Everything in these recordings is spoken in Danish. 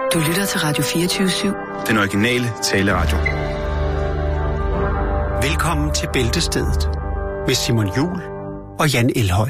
Du lytter til Radio 24/7. Den originale taleradio. Velkommen til Bæltestedet med Simon Juhl og Jan Elhøj.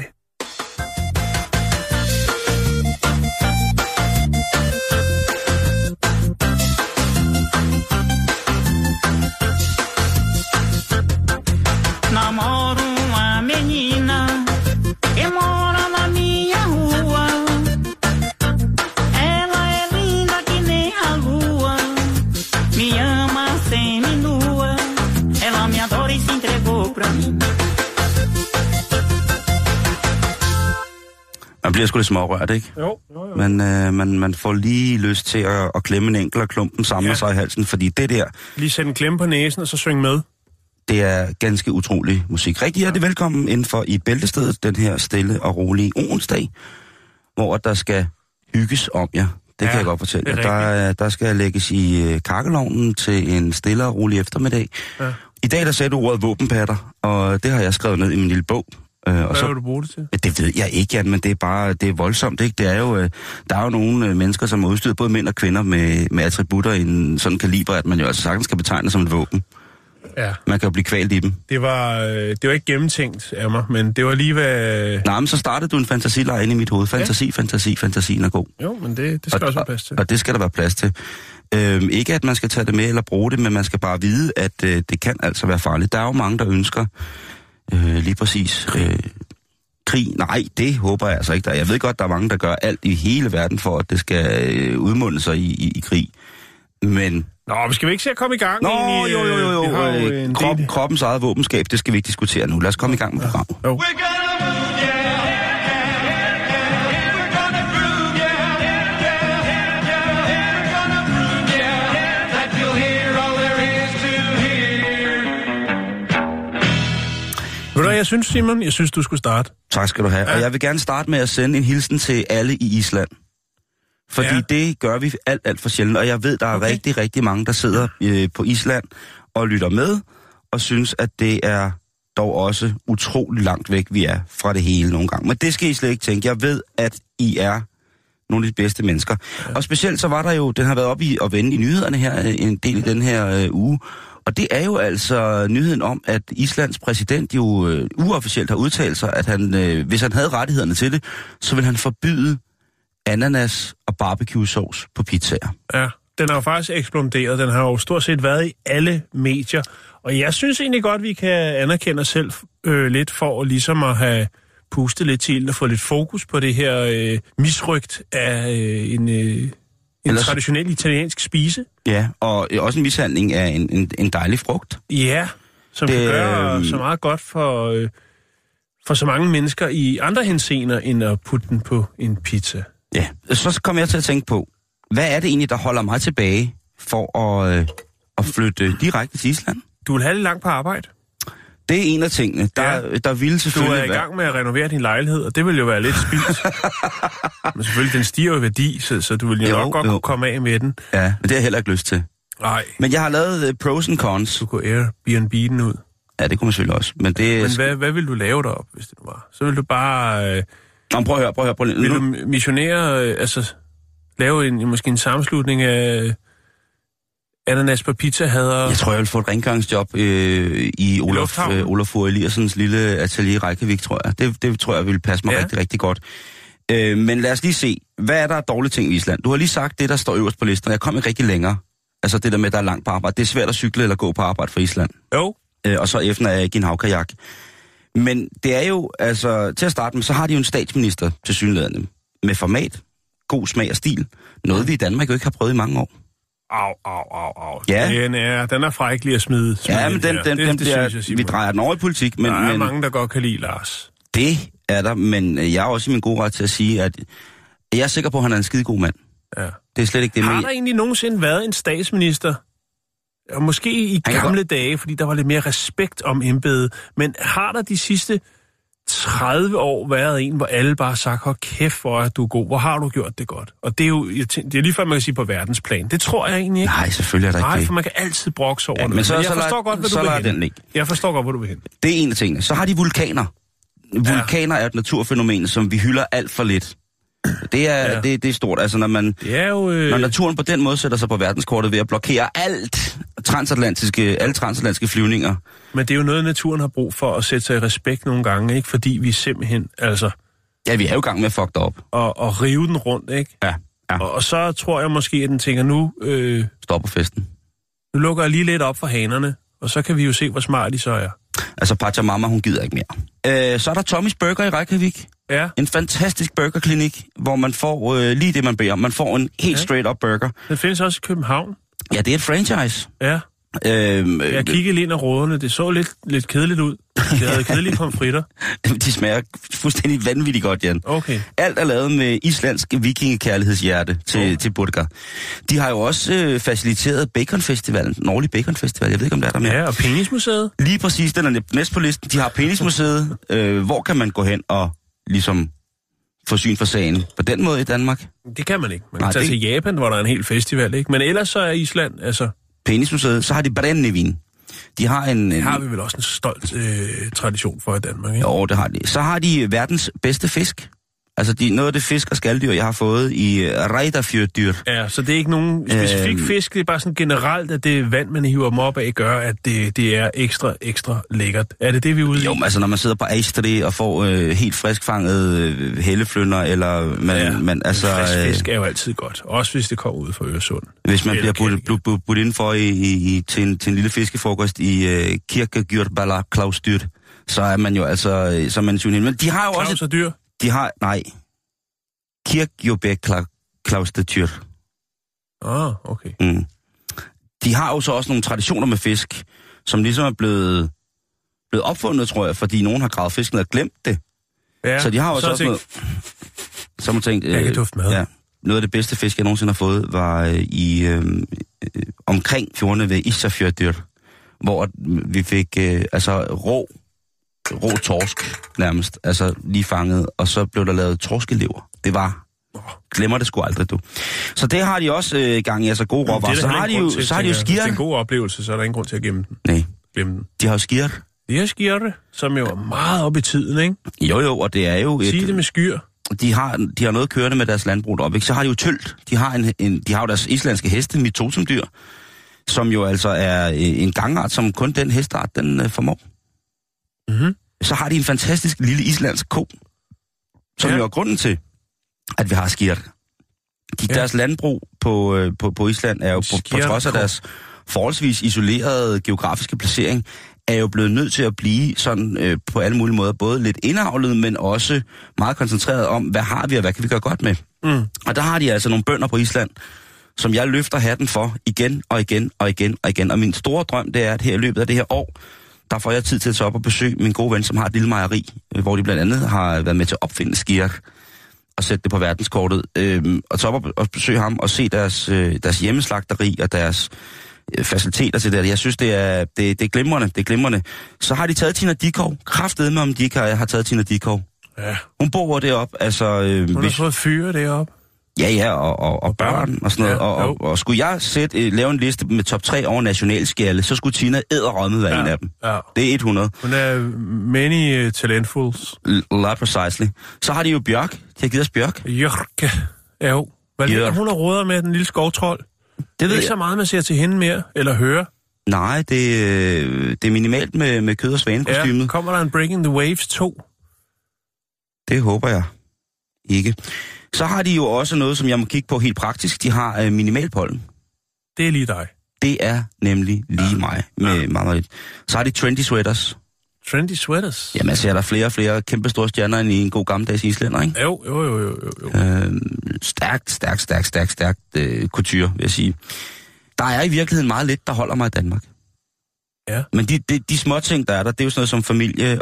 Man bliver sgu lidt smårørt, ikke? Jo. Men man får lige lyst til at klemme en enkelt, og klumpen samler sig i halsen, fordi det der... Lige sætte en klemme på næsen, og så synge med. Det er ganske utrolig musik. Rigtig hjertelig velkommen indenfor i Bæltestedet, den her stille og rolige onsdag, hvor der skal hygges om jer. Det kan jeg godt fortælle jer. Der skal lægges i kakkelovnen til en stille og rolig eftermiddag. Ja. I dag der sagde du ordet våbenpatter, og det har jeg skrevet ned i min lille bog. Hvad vil du bruge det til? Det ved jeg ikke, Jan, men det er voldsomt, ikke? Det er jo, der er jo nogle mennesker, som er udstyret, både mænd og kvinder, med attributter i en sådan kaliber, at man jo altså sagtens kan betegne som et våben. Ja. Man kan jo blive kvalt i dem. Det var ikke gennemtænkt af mig, men det var lige hvad... Nej, men så startede du en fantasileje inde i mit hoved. Fantasien er god. Jo, men det skal også være plads til. Og det skal der være plads til. Ikke at man skal tage det med eller bruge det, men man skal bare vide, at det kan altså være farligt. Der er jo mange, der ønsker lige præcis krig. Nej, det håber jeg altså ikke. Jeg ved godt, der er mange, der gør alt i hele verden for, at det skal udmunde sig i krig. Men... Nå, men skal vi ikke se at komme i gang? Jo. Kroppens eget våbenskab, det skal vi ikke diskutere nu. Lad os komme i gang med programmet. Jo. Ved du, jeg synes, Simon, du skulle starte. Tak skal du have. Og jeg vil gerne starte med at sende en hilsen til alle i Island. Fordi det gør vi alt for sjældent. Og jeg ved, der er rigtig, rigtig mange, der sidder på Island og lytter med, og synes, at det er dog også utrolig langt væk, vi er fra det hele nogle gange. Men det skal I slet ikke tænke. Jeg ved, at I er nogle af de bedste mennesker. Ja. Og specielt så var der jo, den har været oppe i at vende i nyhederne her, en del i den her uge. Og det er jo altså nyheden om, at Islands præsident jo uofficielt har udtalt sig, at han, hvis han havde rettighederne til det, så vil han forbyde ananas og barbecue-sauce på pizzaer. Ja, den har jo faktisk eksploderet. Den har jo stort set været i alle medier. Og jeg synes egentlig godt, vi kan anerkende os selv lidt for ligesom at have pustet lidt til og få lidt fokus på det her misrygt af en traditionel italiensk spise. Ja, og også en mishandling af en dejlig frugt. Ja, som kan gøre så meget godt for så mange mennesker i andre henseender, end at putte den på en pizza. Ja, så kommer jeg til at tænke på, hvad er det egentlig, der holder mig tilbage for at flytte direkte til Island? Du vil have lidt langt på arbejde. Det er en af tingene. Der vil selvfølgelig... Du er i gang med at renovere din lejlighed, og det vil jo være lidt spildt. Men selvfølgelig, den stiger jo i værdi, så du vil jo nok godt kunne komme af med den. Ja, men det har jeg heller ikke lyst til. Nej. Men jeg har lavet pros and cons. Du kunne Airbnb den ud. Ja, det kunne man selvfølgelig også. Men hvad vil du lave derop, hvis det var? Så vil du bare... prøv at høre. Vil du missionere, lave måske en sammenslutning af ananas på pizza-hader? Jeg tror, jeg vil få et rengøringsjob i Olafur Eliassens lille atelier i Reykjavik, tror jeg. Det tror jeg vil passe mig rigtig, rigtig godt. Men lad os lige se, hvad er der dårlige ting i Island? Du har lige sagt det, der står øverst på listen. Jeg kom ikke rigtig længere. Altså det der med, der er langt på arbejde. Det er svært at cykle eller gå på arbejde for Island. Jo. Og så efter er jeg ikke en havkajak. Men det er jo, altså, til at starte med, så har de jo en statsminister til synlædende med format, god smag og stil. Noget vi i Danmark jo ikke har prøvet i mange år. Au. Ja. Den er frækkelig at smide. Ja, men vi drejer den over i politik. Men, der er mange, der godt kan lide Lars. Det er der, men jeg er også i min gode ret til at sige, at jeg er sikker på, at han er en skidegod mand. Ja. Det er slet ikke det. Har der egentlig nogensinde været en statsminister, og måske i gamle dage, fordi der var lidt mere respekt om embedet, men har der de sidste 30 år været en, hvor alle bare har sagt, hold kæft, hvor er du god, hvor har du gjort det godt? Og det er jo, det er lige før, man kan sige på verdensplan. Det tror jeg egentlig ikke. Nej, selvfølgelig er der ikke det. Nej, for man kan altid brokse over det. Men jeg forstår godt, hvad du vil hen. Jeg forstår godt, hvor du vil hen. Det er en af tingene. Så har de vulkaner. Vulkaner er et naturfænomen, som vi hylder alt for lidt. Det er, det er stort. Altså, når når naturen på den måde sætter sig på verdenskortet ved at blokere alle transatlantiske flyvninger. Men det er jo noget, naturen har brug for at sætte sig i respekt nogle gange, ikke? Fordi vi simpelthen, altså... Ja, vi er jo i gang med at fuck det op. Og rive den rundt, ikke? Ja. Og så tror jeg måske, at den tænker, nu... Stopper festen. Nu lukker jeg lige lidt op for hanerne, og så kan vi jo se, hvor smart de så er. Altså, Pachamama, hun gider ikke mere. Så er der Tommys Burger i Reykjavik. Ja. En fantastisk burgerklinik, hvor man får lige det, man beder om. Man får en helt straight-up burger. Den findes også i København. Ja, det er et franchise. Ja. Jeg kiggede lige ind af råderne. Det så lidt kedeligt ud. Det havde kedelige pomfritter. De smager fuldstændig vanvittigt godt, Jan. Okay. Alt er lavet med islandsk vikingekærlighedshjerte til burger. De har jo også faciliteret Baconfestivalen, den årlige Baconfestival. Jeg ved ikke, om der er der mere. Ja, og Penismuseet. Lige præcis, den er næst på listen. De har Penismuseet. Hvor kan man gå hen og ligesom få syn for sagen på den måde i Danmark? Det kan man ikke. Man kan tage til Japan, hvor der er en hel festival, ikke? Men ellers så er Island, altså... Penismuseet, så har de Brennevin. De har det har vi vel også en stolt tradition for i Danmark, ikke? Jo, det har de. Så har de verdens bedste fisk. Altså noget af det fisk og skaldyr, jeg har fået i Reyðarfjörður. Ja, så det er ikke nogen specifik fisk, det er bare sådan generelt, at det vand, man hiver dem op af, gør, at det er ekstra lækkert. Er det det, vi er ude i? Jo, altså når man sidder på Eistri og får helt friskfanget helleflynder, eller man altså... Frisk fisk er jo altid godt, også hvis det kommer ud fra Øresund. Hvis man bliver budt indenfor til en lille fiskefrokost i Kirkjubøla Klausdyr, så er man jo altså... Så er man jo, men de har jo Klaus også... dyr? De har, nej, Kirkjubøla Klausdyr. Okay. Mm. De har jo så også nogle traditioner med fisk, som ligesom er blevet opfundet, tror jeg, fordi nogen har gravet fisken og glemt det. Ja, så de har også noget... Så man tænkt, jeg kan dufte mad. Ja, noget af det bedste fisk, jeg nogensinde har fået, var omkring fjordene ved Ísafjörður, hvor vi fik rå torsk nærmest, altså lige fanget, og så blev der lavet torskelever. Det var, glemmer det sgu aldrig, du. Så det har de også gang i, altså gode råvarer. Så har de jo skirt. Hvis det er en god oplevelse, så er der ingen grund til at gemme den. Nej. Glemme den. De har jo skirt. De har skirte, som jo er meget op i tiden, ikke? Jo, og det er jo Sig det med skyr. De har noget kørende med deres landbrug op, ikke? Så har de jo tylt. De har jo deres islandske heste, mitotemdyr, som jo altså er en gangart, som kun den hesteart, den formår. Mhm. Så har de en fantastisk lille islandsk ko, som jo er grunden til, at vi har skirt. Deres landbrug på Island er jo på trods af deres forholdsvis isolerede geografiske placering, er jo blevet nødt til at blive sådan på alle mulige måder, både lidt indavlet, men også meget koncentreret om, hvad har vi og hvad kan vi gøre godt med. Mm. Og der har de altså nogle bønder på Island, som jeg løfter hatten for igen og igen og igen og igen. Og min store drøm, det er, at her i løbet af det her år, der får jeg tid til at tage op og besøge min gode ven, som har et lille mejeri, hvor de blandt andet har været med til at opfinde skirk og sætte det på verdenskortet. Og tage op og besøge ham og se deres hjemmeslagteri og deres faciliteter til det. Jeg synes, det er glimrende. Det er glimrende. Så har de taget Tina Dickow. Kraftedeme, om de ikke har taget Tina Dickow. Ja. Hun bor deroppe. Altså, hun har fået fyre deroppe. Ja, og børn og sådan noget. Ja, og skulle jeg lave en liste med top 3 over nationalskjalle, så skulle Tina edderrømme være en af dem. Ja. Det er 100. Hun er many talentfuls. Precisely. Så har de jo Bjørk. De har givet os Bjørk. Jørke. Jo. Hvad ligger hun og råder med den lille skovtrold? Det er ikke så meget, man ser til hende mere, eller hører. Nej, det er minimalt med kød og svanekostymet. Ja, kommer der en Breaking the Waves 2? Det håber jeg ikke. Så har de jo også noget, som jeg må kigge på helt praktisk. De har minimalpollen. Det er lige dig. Det er nemlig lige mig. Med meget lidt. Så har de trendy sweaters. Trendy sweaters? Jamen, jeg ser der flere og flere kæmpe store stjerner end i en god gammeldags islænder, ikke? Jo. Stærkt couture, vil jeg sige. Der er i virkeligheden meget lidt, der holder mig i Danmark. Ja. Men de små ting, der er der, det er jo sådan noget som familie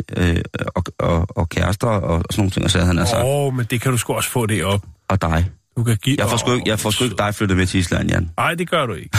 og kærester og sådan nogle ting, og så han altså. Men det kan du sgu også få det op. Og dig. Du kan give... Jeg får sgu ikke dig flyttet med til Island, Jan. Nej, det gør du ikke.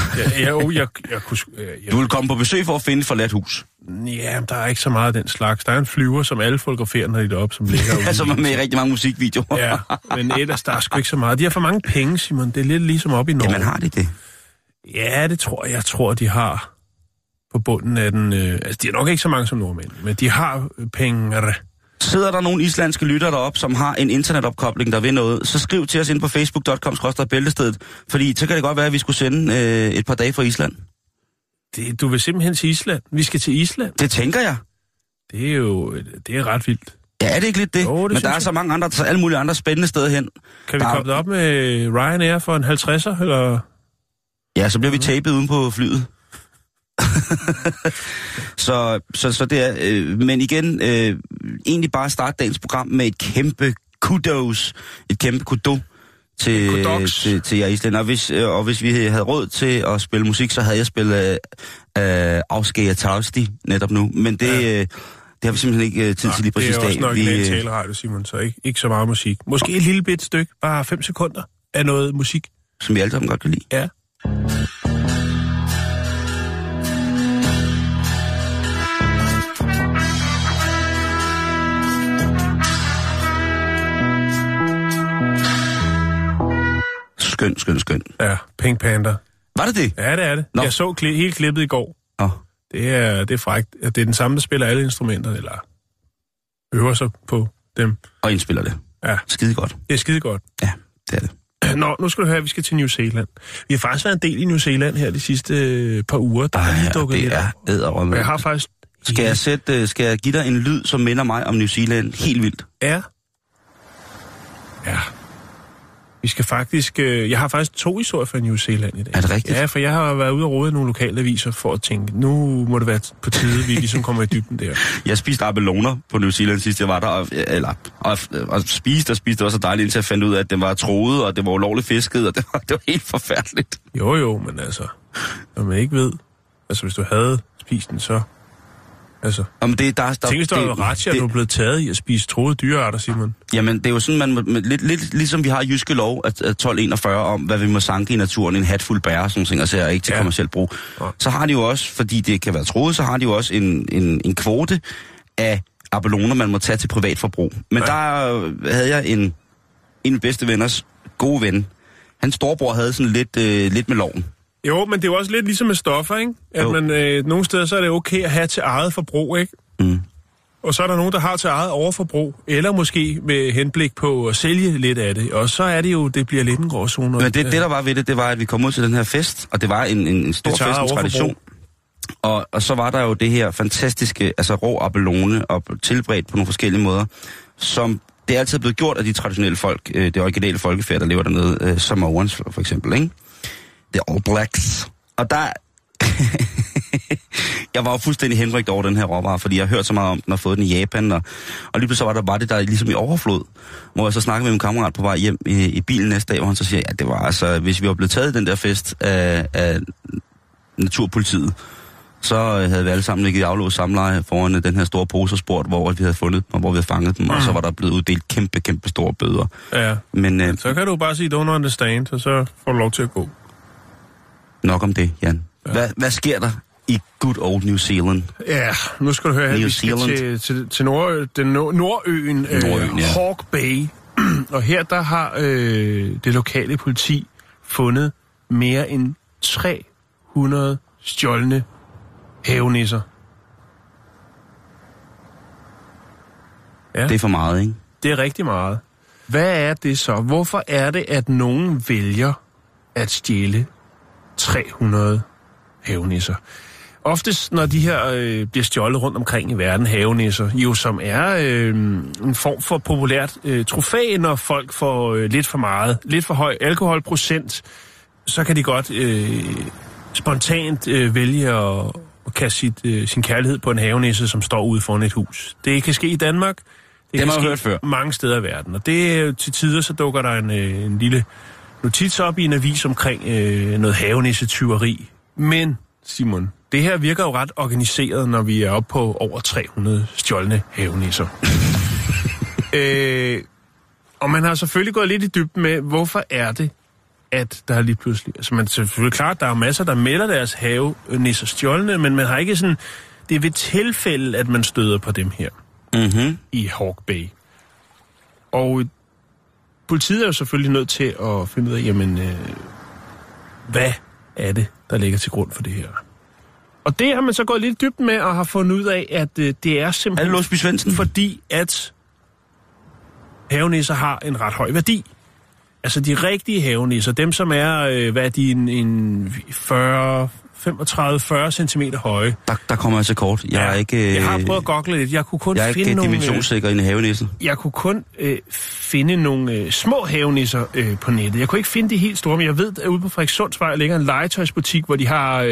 Du vil komme på besøg for at finde et forladt hus. Ja, der er ikke så meget af den slags. Der er en flyver, som alle fotograferer, når de er deroppe, som ligger ude. Som er med i rigtig mange musikvideoer. Ja, men ellers der er sgu ikke så meget. De har for mange penge, Simon. Det er lidt ligesom op i Norge. Jamen har de det? Ja, det tror jeg. Jeg tror, de har på bunden af den... altså, de er nok ikke så mange som nordmænd, men de har penge. Sidder der nogle islandske lyttere deroppe, som har en internetopkobling, der vil noget, så skriv til os ind på facebook.com/bæltestedet, fordi så kan det godt være, at vi skulle sende et par dage fra Island. Du vil simpelthen til Island? Vi skal til Island? Det tænker jeg. Det er ret vildt. Ja, er det ikke lidt det? Jo, men der er så mange andre, så alle mulige andre spændende steder hen. Kan vi komme op med Ryanair for en 50'er, eller? Ja, så bliver vi tapet uden på flyet. så det er... men igen, egentlig bare starte dagens program med et kæmpe kudos. Et kæmpe kudo til jer islænder. Og hvis vi havde råd til at spille musik, så havde jeg spillet Afskære Tausti netop nu. Men det har vi simpelthen ikke tid til lige præcis dag. Det er også nok en taleradio, Simon, så ikke så meget musik. Måske et lille bit stykke, bare 5 sekunder af noget musik. Som vi alle sammen godt kan lide. Ja. Skøn. Ja, Pink Panther. Var det det? Ja, det er det. Nå. Jeg så hele klippet i går. Det er frækt. Det er den samme, der spiller alle instrumenter, eller øver sig på dem. Og indspiller det. Ja. Skide godt. Det er skide godt. Ja, det er det. Nu skal du høre, at vi skal til New Zealand. Vi har faktisk været en del i New Zealand her de sidste par uger. Der har lige dukket lidt op. Jeg har faktisk... Skal jeg give dig en lyd, som minder mig om New Zealand helt vildt? Ja. Vi skal faktisk... Jeg har faktisk 2 historier fra New Zealand i dag. Er det rigtigt? Ja, for jeg har været ude og rode i nogle lokale aviser for at tænke, nu må det være på tide, vi ligesom kommer i dybden der. Jeg spiste abeloner på New Zealand sidst jeg var der, og spiste, det var så dejligt, indtil jeg fandt ud af, at det var troet, og det var ulovligt fisket, og det var helt forfærdeligt. Jo, men altså, når man ikke ved, altså hvis du havde spist den, så... Altså, tænk, hvis du var ret, at du er blevet taget i at spise troede dyrearter, Simon. Jamen, det er jo sådan, lidt ligesom vi har jyske lov af 1241 om, hvad vi må sanke i naturen, en hatfuld bær, sådan ting, og så er ikke til kommercielt brug. Ja. Så har de jo også, fordi det kan være troet, så har de jo også en kvote af abeloner, man må tage til privat forbrug. Men der havde jeg en af mine bedste venners gode ven. Hans storebror havde sådan lidt med loven. Jo, men det er jo også lidt ligesom med stoffer, ikke? At man, nogle steder så er det okay at have til eget forbrug, ikke? Mm. Og så er der nogen, der har til eget overforbrug, eller måske med henblik på at sælge lidt af det. Og så er det jo, det bliver lidt en gråzone. Men det der var ved det var, at vi kom ud til den her fest, og det var en stor fest, en tradition. Og så var der jo det her fantastiske, altså rå abelone, og tilberedt på nogle forskellige måder, som det er altid blevet gjort af de traditionelle folk, det originale folkefærd, der lever dernede, Samoans for eksempel, ikke? The All Blacks. Og der... jeg var jo fuldstændig henrygt over den her råvare, fordi jeg har hørt så meget om den og fået den i Japan, og lige pludselig var der bare det der ligesom i overflod, hvor jeg så snakkede med min kammerat på vej hjem i bilen næste dag, hvor han så siger, det var altså, hvis vi var blevet taget i den der fest af naturpolitiet, så havde vi alle sammen ligget i aflåst samleje foran den her store pose og spurgt, hvor vi havde fundet dem, og hvor vi havde fanget dem, og så var der blevet uddelt kæmpe store bøder. Ja, men så kan du bare sige, don't understand, og så får du lov til at gå. Nok om det, Jan. Ja. Hvad sker der i good old New Zealand? Ja, nu skal du høre, at vi skal til Nordøen, Hawke Bay. Og her der har det lokale politi fundet mere end 300 stjålne havenisser. Ja. Det er for meget, ikke? Det er rigtig meget. Hvad er det så? Hvorfor er det, at nogen vælger at stjæle 300 havenisser? Oftest, når de her bliver stjålet rundt omkring i verden, havenisser, jo som er en form for populært trofæ, når folk får lidt for meget, lidt for høj alkoholprocent, så kan de godt spontant vælge at kaste sin kærlighed på en havenisse, som står ude foran et hus. Det kan ske i Danmark. Det kan ske før. Mange steder i verden. Og det til tider, så dukker der en lille notits op i en avis omkring noget havenissetyveri. Men, Simon, det her virker jo ret organiseret, når vi er oppe på over 300 stjålne havenisser. Og man har selvfølgelig gået lidt i dybden med, hvorfor er det, at der er lige pludselig... Altså, man er selvfølgelig klart, der er masser, der melder deres havenisser stjålne, men man har ikke sådan... Det er ved tilfælde, at man støder på dem her i Hawke Bay. Og politiet er jo selvfølgelig nødt til at finde ud af, jamen, hvad er det, der ligger til grund for det her? Og det har man så gået lidt dybt med og har fundet ud af, at det er simpelthen... Er det Låsby Svendsen? Fordi at havenisser har en ret høj værdi. Altså de rigtige havenisser, dem som er, hvad er de, en 35-40 centimeter høje. Der kommer jeg så kort. Jeg har prøvet at google lidt. Jeg kunne kun finde nogle... Jeg er ikke dimensionssikker i en havenisse. Jeg kunne kun finde nogle små havenisser på nettet. Jeg kunne ikke finde de helt store, men jeg ved, at ude på Frederikssundsvej ligger en legetøjsbutik, hvor de har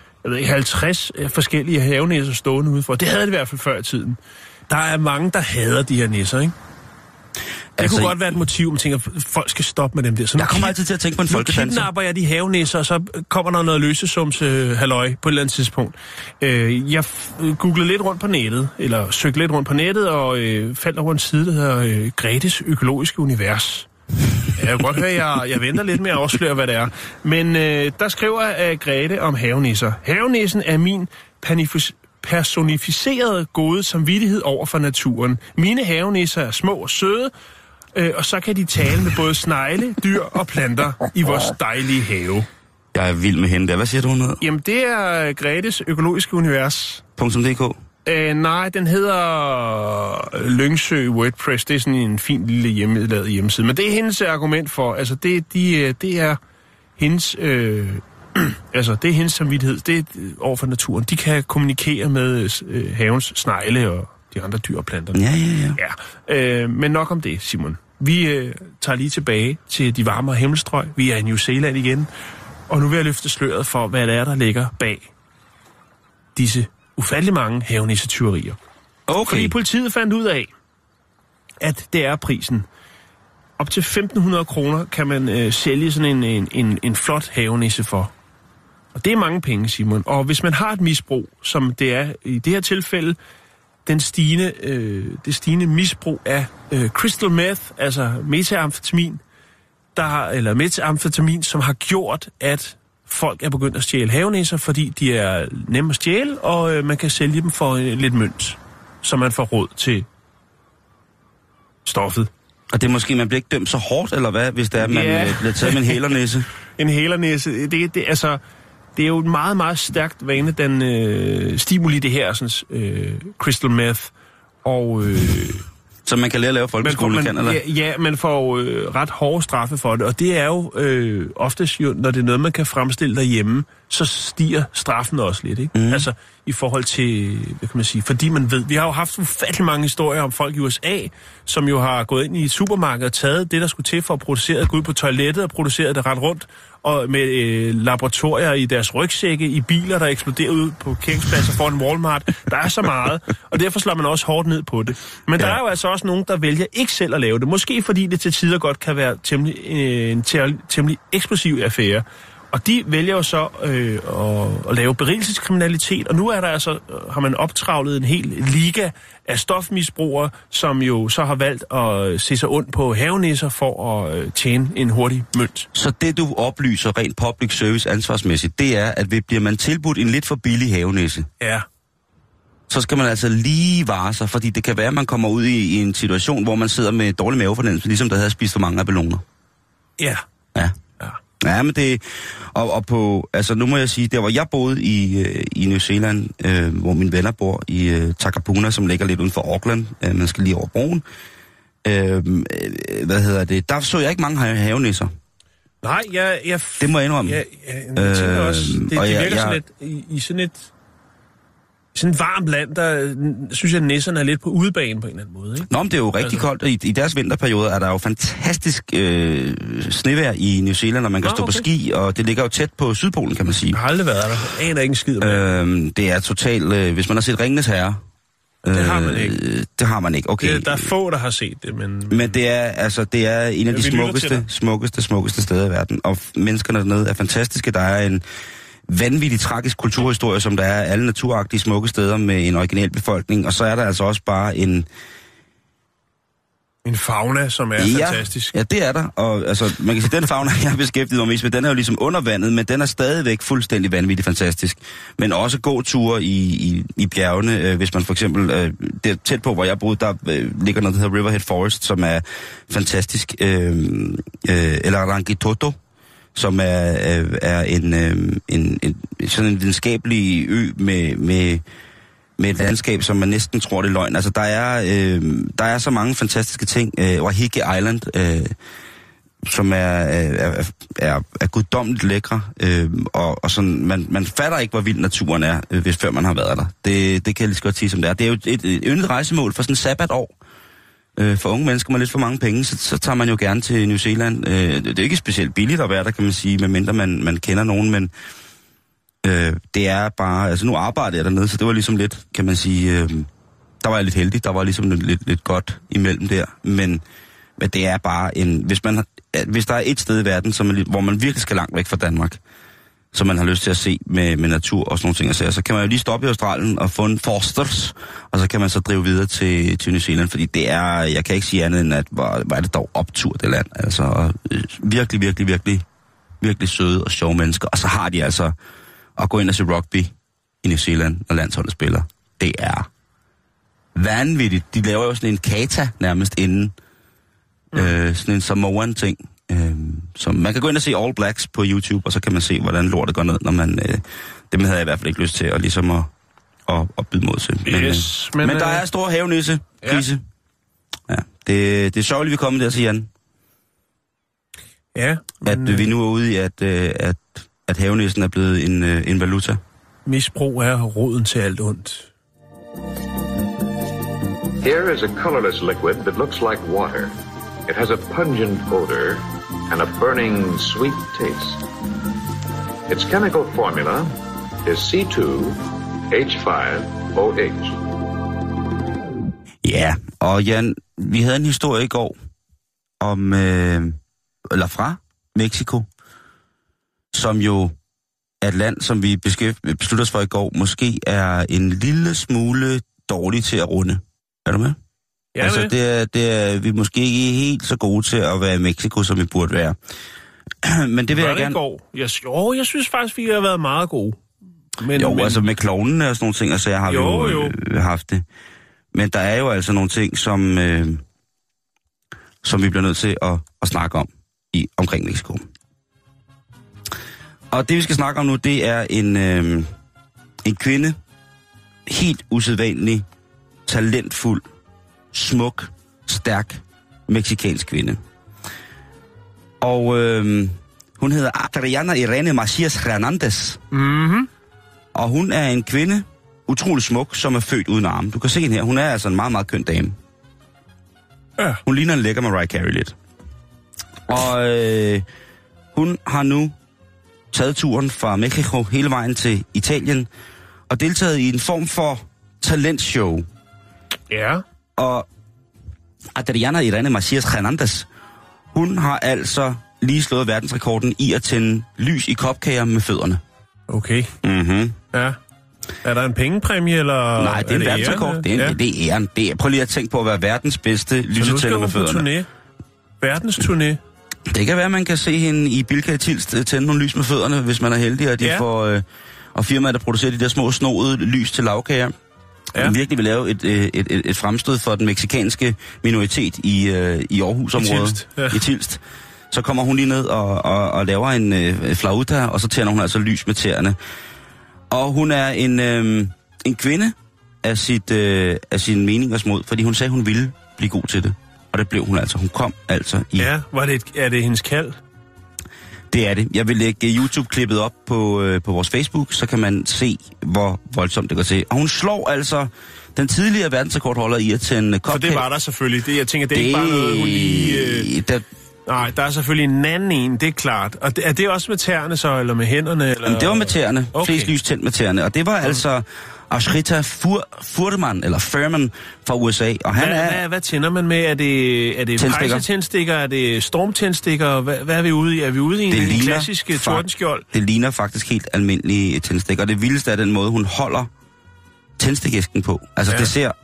50 forskellige havenisser stående udenfor. Det havde det i hvert fald før i tiden. Der er mange, der hader de her nisser, ikke? Det kunne godt være et motiv, man tænker, at folk skal stoppe med dem der. Så jeg kommer altid til at tænke på en folkedanser. Nu kidnapper jeg de havenisser, og så kommer der noget løsesums-halløj på et eller andet tidspunkt. Jeg googlede lidt rundt på nettet, eller søgte lidt rundt på nettet, og faldt over en side, der hedder Gretes Økologiske Univers. Jeg kan godt høre, jeg venter lidt med at afsløre, hvad det er. Men der skriver Grete om havenisser. Havenissen er min personificerede gode samvittighed over for naturen. Mine havenisser er små og søde, og så kan de tale med både snegle, dyr og planter i vores dejlige have. Jeg er vild med hende der. Hvad siger du, hun hedder? Jamen, det er Gretes Økologiske Univers. .dk? Nej, den hedder Lyngsø WordPress. Det er sådan en fin lille hjemmeside. Men det er hendes argument for, altså det er hendes... altså, det er hendes samvittighed. Det er over for naturen. De kan kommunikere med havens snegle og de andre dyr og planter. Ja. Men nok om det, Simon. Vi tager lige tilbage til de varmere himmelstrøg. Vi er i New Zealand igen. Og nu vil jeg løfte sløret for, hvad det er, der ligger bag disse ufattelig mange havenissetyverier. Okay. Fordi politiet fandt ud af, at det er prisen. Op til 1.500 kroner kan man sælge sådan en flot havenisse for. Og det er mange penge, Simon. Og hvis man har et misbrug, som det er i det her tilfælde, det stigende misbrug af crystal meth, altså metamfetamin, metamfetamin, som har gjort, at folk er begyndt at stjæle havenisser, fordi de er nemme at stjæle, og man kan sælge dem for lidt mønt, så man får råd til stoffet. Og det er måske, man bliver ikke dømt så hårdt, eller hvad, hvis det er, man bliver taget med en hælernisse? En hælernisse, det er jo et meget, meget stærkt vane, den stimuli, det her, sådan, crystal meth, og... Som man kan lære at lave folkeskolen, eller? Ja, man får ret hårde straffe for det, og det er jo oftest jo, når det er noget, man kan fremstille derhjemme, så stiger straffen også lidt, ikke? Mm. Altså, i forhold til, hvad kan man sige, fordi man ved, vi har jo haft ufattelig mange historier om folk i USA, som jo har gået ind i et supermarked og taget det, der skulle til for at producere det, gå ud på toilettet og producere det ret rundt, og med laboratorier i deres rygsække, i biler, der eksploderer ud på parkeringspladser foran Walmart. Der er så meget, og derfor slår man også hårdt ned på det. Men der er jo altså også nogen, der vælger ikke selv at lave det. Måske fordi det til tider godt kan være en temmelig eksplosiv affære. Og de vælger jo så at lave berigelseskriminalitet, og nu er der altså, har man optravlet en hel liga af stofmisbrugere, som jo så har valgt at se sig ondt på havenisser for at tjene en hurtig mønt. Så det, du oplyser rent public service ansvarsmæssigt, det er, at bliver man tilbudt en lidt for billig havenisse, så skal man altså lige vare sig, fordi det kan være, at man kommer ud i en situation, hvor man sidder med dårlig mavefornemmelse, ligesom der havde spist for mange abeloner. Ja. Ja, men det... Og på... Altså, nu må jeg sige, der hvor jeg boede i New Zealand, hvor mine venner bor, i Takapuna, som ligger lidt uden for Auckland, man skal lige over broen. Der så jeg ikke mange havenisser. Nej, det må jeg indrømme. Jeg tænker også, det virker sådan lidt... I sådan et varmt land, der synes jeg, at nisserne er lidt på udebane på en eller anden måde, ikke? Nå, men det er jo rigtig koldt, og i deres vinterperioder er der jo fantastisk snevejr i New Zealand, og man kan stå på ski, og det ligger jo tæt på Sydpolen, kan man sige. Jeg har aldrig været der. Jeg aner ikke en skid om det er totalt... hvis man har set Ringenes Herre... det har man ikke. Det har man ikke, okay. Der er få, der har set det, men... Men det er en af de smukkeste steder i verden, og menneskerne dernede er fantastiske. Der er en vanvittig tragisk kulturhistorie, som der er alle naturagtige smukke steder med en original befolkning, og så er der altså også bare en fauna, som er fantastisk. Ja, det er der, og altså, man kan sige, den fauna, jeg har beskæftiget mig mest med, den er jo ligesom under vandet, men den er stadigvæk fuldstændig vanvittig fantastisk. Men også gåture i bjergene, hvis man for eksempel, der tæt på, hvor jeg boede, der ligger noget, der hedder Riverhead Forest, som er fantastisk, eller Rangitoto, som er en sådan en videnskabelig ø med et landskab, som man næsten tror, det er løgn. Altså, der er så mange fantastiske ting. Wahiki Island, som er guddommeligt lækre, og sådan, man fatter ikke, hvor vild naturen er, hvis før man har været der. Det kan jeg lige så godt sige, som det er. Det er jo et yndet rejsemål for sådan et sabbatår. For unge mennesker med lidt for mange penge, så tager man jo gerne til New Zealand. Det er ikke specielt billigt at være der, kan man sige, medmindre man kender nogen, men det er bare... Altså, nu arbejder jeg dernede, så det var ligesom lidt, kan man sige... der var jeg lidt heldig, der var ligesom lidt godt imellem der, men det er bare en... Hvis der er et sted i verden, hvor man virkelig skal langt væk fra Danmark, som man har lyst til at se med natur og sådan nogle ting, så kan man jo lige stoppe i Australien og få en Forsters, og så kan man så drive videre til New Zealand, fordi det er... Jeg kan ikke sige andet end, at hvor er det dog optur, det land. Altså, virkelig, virkelig, virkelig, virkelig søde og sjove mennesker. Og så har de altså at gå ind og se rugby i New Zealand, når landsholdet spiller. Det er vanvittigt. De laver jo sådan en kata nærmest inden. Sådan en Samoan-ting. Så man kan gå ind og se All Blacks på YouTube, og så kan man se, hvordan lortet går ned, når man... det havde jeg i hvert fald ikke lyst til at ligesom at byde mod til. Men der er stor havenisse-krise. Ja. Det er sørgeligt, vi er kommet der til, Jan. Ja. At vi nu er ude i, at havenissen er blevet en valuta. Misbrug er roden til alt ondt. Here is a colorless liquid that looks like water. It has a pungent odor and a burning, sweet taste. Its chemical formula is C2H5OH. Ja, og Jan, vi havde en historie i går om, eller fra Mexico, som jo er et land, som vi beslutter os for i går, måske er en lille smule dårlig til at runde. Er du med? Ja, altså, det er vi måske ikke helt så gode til at være i Mexico, som vi burde være. Men det vil jeg gerne... Jeg synes faktisk, vi har været meget gode. Men, altså med klovnene og sådan nogle ting, og så har vi jo haft det. Men der er jo altså nogle ting, som vi bliver nødt til at snakke om omkring Mexico. Og det, vi skal snakke om nu, det er en kvinde, helt usædvanlig, talentfuld, smuk, stærk, mexikansk kvinde. Og hun hedder Adriana Irene Macias Hernandez. Mm-hmm. Og hun er en kvinde, utrolig smuk, som er født uden arme. Du kan se hende her. Hun er altså en meget, meget køn dame. Ja. Hun ligner en lækker Mariah Carey lidt. Og hun har nu taget turen fra Mexico hele vejen til Italien og deltaget i en form for talentshow. Ja. Og Adriana Irene Macias Hernandez, hun har altså lige slået verdensrekorden i at tænde lys i kopkager med fødderne. Okay. Mhm. Ja. Er der en pengepræmie, eller... Nej, det er en verdensrekord. Det er æren. Prøv lige at tænke på at være verdens bedste lysetænder med fødderne. Så nu skal hun på turné. Verdensturné. Det kan være, at man kan se hende i Bilka i Tilst tænde nogle lys med fødderne, hvis man er heldig, og de får... og firmaet, der producerer de der små snoede lys til lavkager. Ja. Den virkelig vil lave et fremstød for den mexikanske minoritet i Aarhusområdet. I Tilst. Så kommer hun lige ned og laver en flauta, og så tænder hun altså lys med tæerne. Og hun er en kvinde af sin meningers mod, fordi hun sagde, hun ville blive god til det. Og det blev hun altså. Hun kom altså i... Ja, er det hendes kald? Det er det. Jeg vil lægge YouTube-klippet op på vores Facebook, så kan man se, hvor voldsomt det går til. Og hun slår altså den tidligere verdensrekordholder i at tænde cocktail. For det var der selvfølgelig. Jeg tænker, det er ikke bare noget, hun lige... Nej, der er selvfølgelig en anden en, det er klart. Og er det også med tæerne så, eller med hænderne? Eller? Jamen, det var med tæerne. Okay. Flest lys tændt med tæerne. Og det var altså Ashrita Furman, eller Furman fra USA. Og han hvad tænder man med? Er det pejsetændstikker? Er det stormtændstikker? Hvad er vi ude i? Er vi ude i en klassisk tordenskjold? Det ligner faktisk helt almindelige tændstikker. Og det vildeste er den måde, hun holder tændstikæsken på. Altså,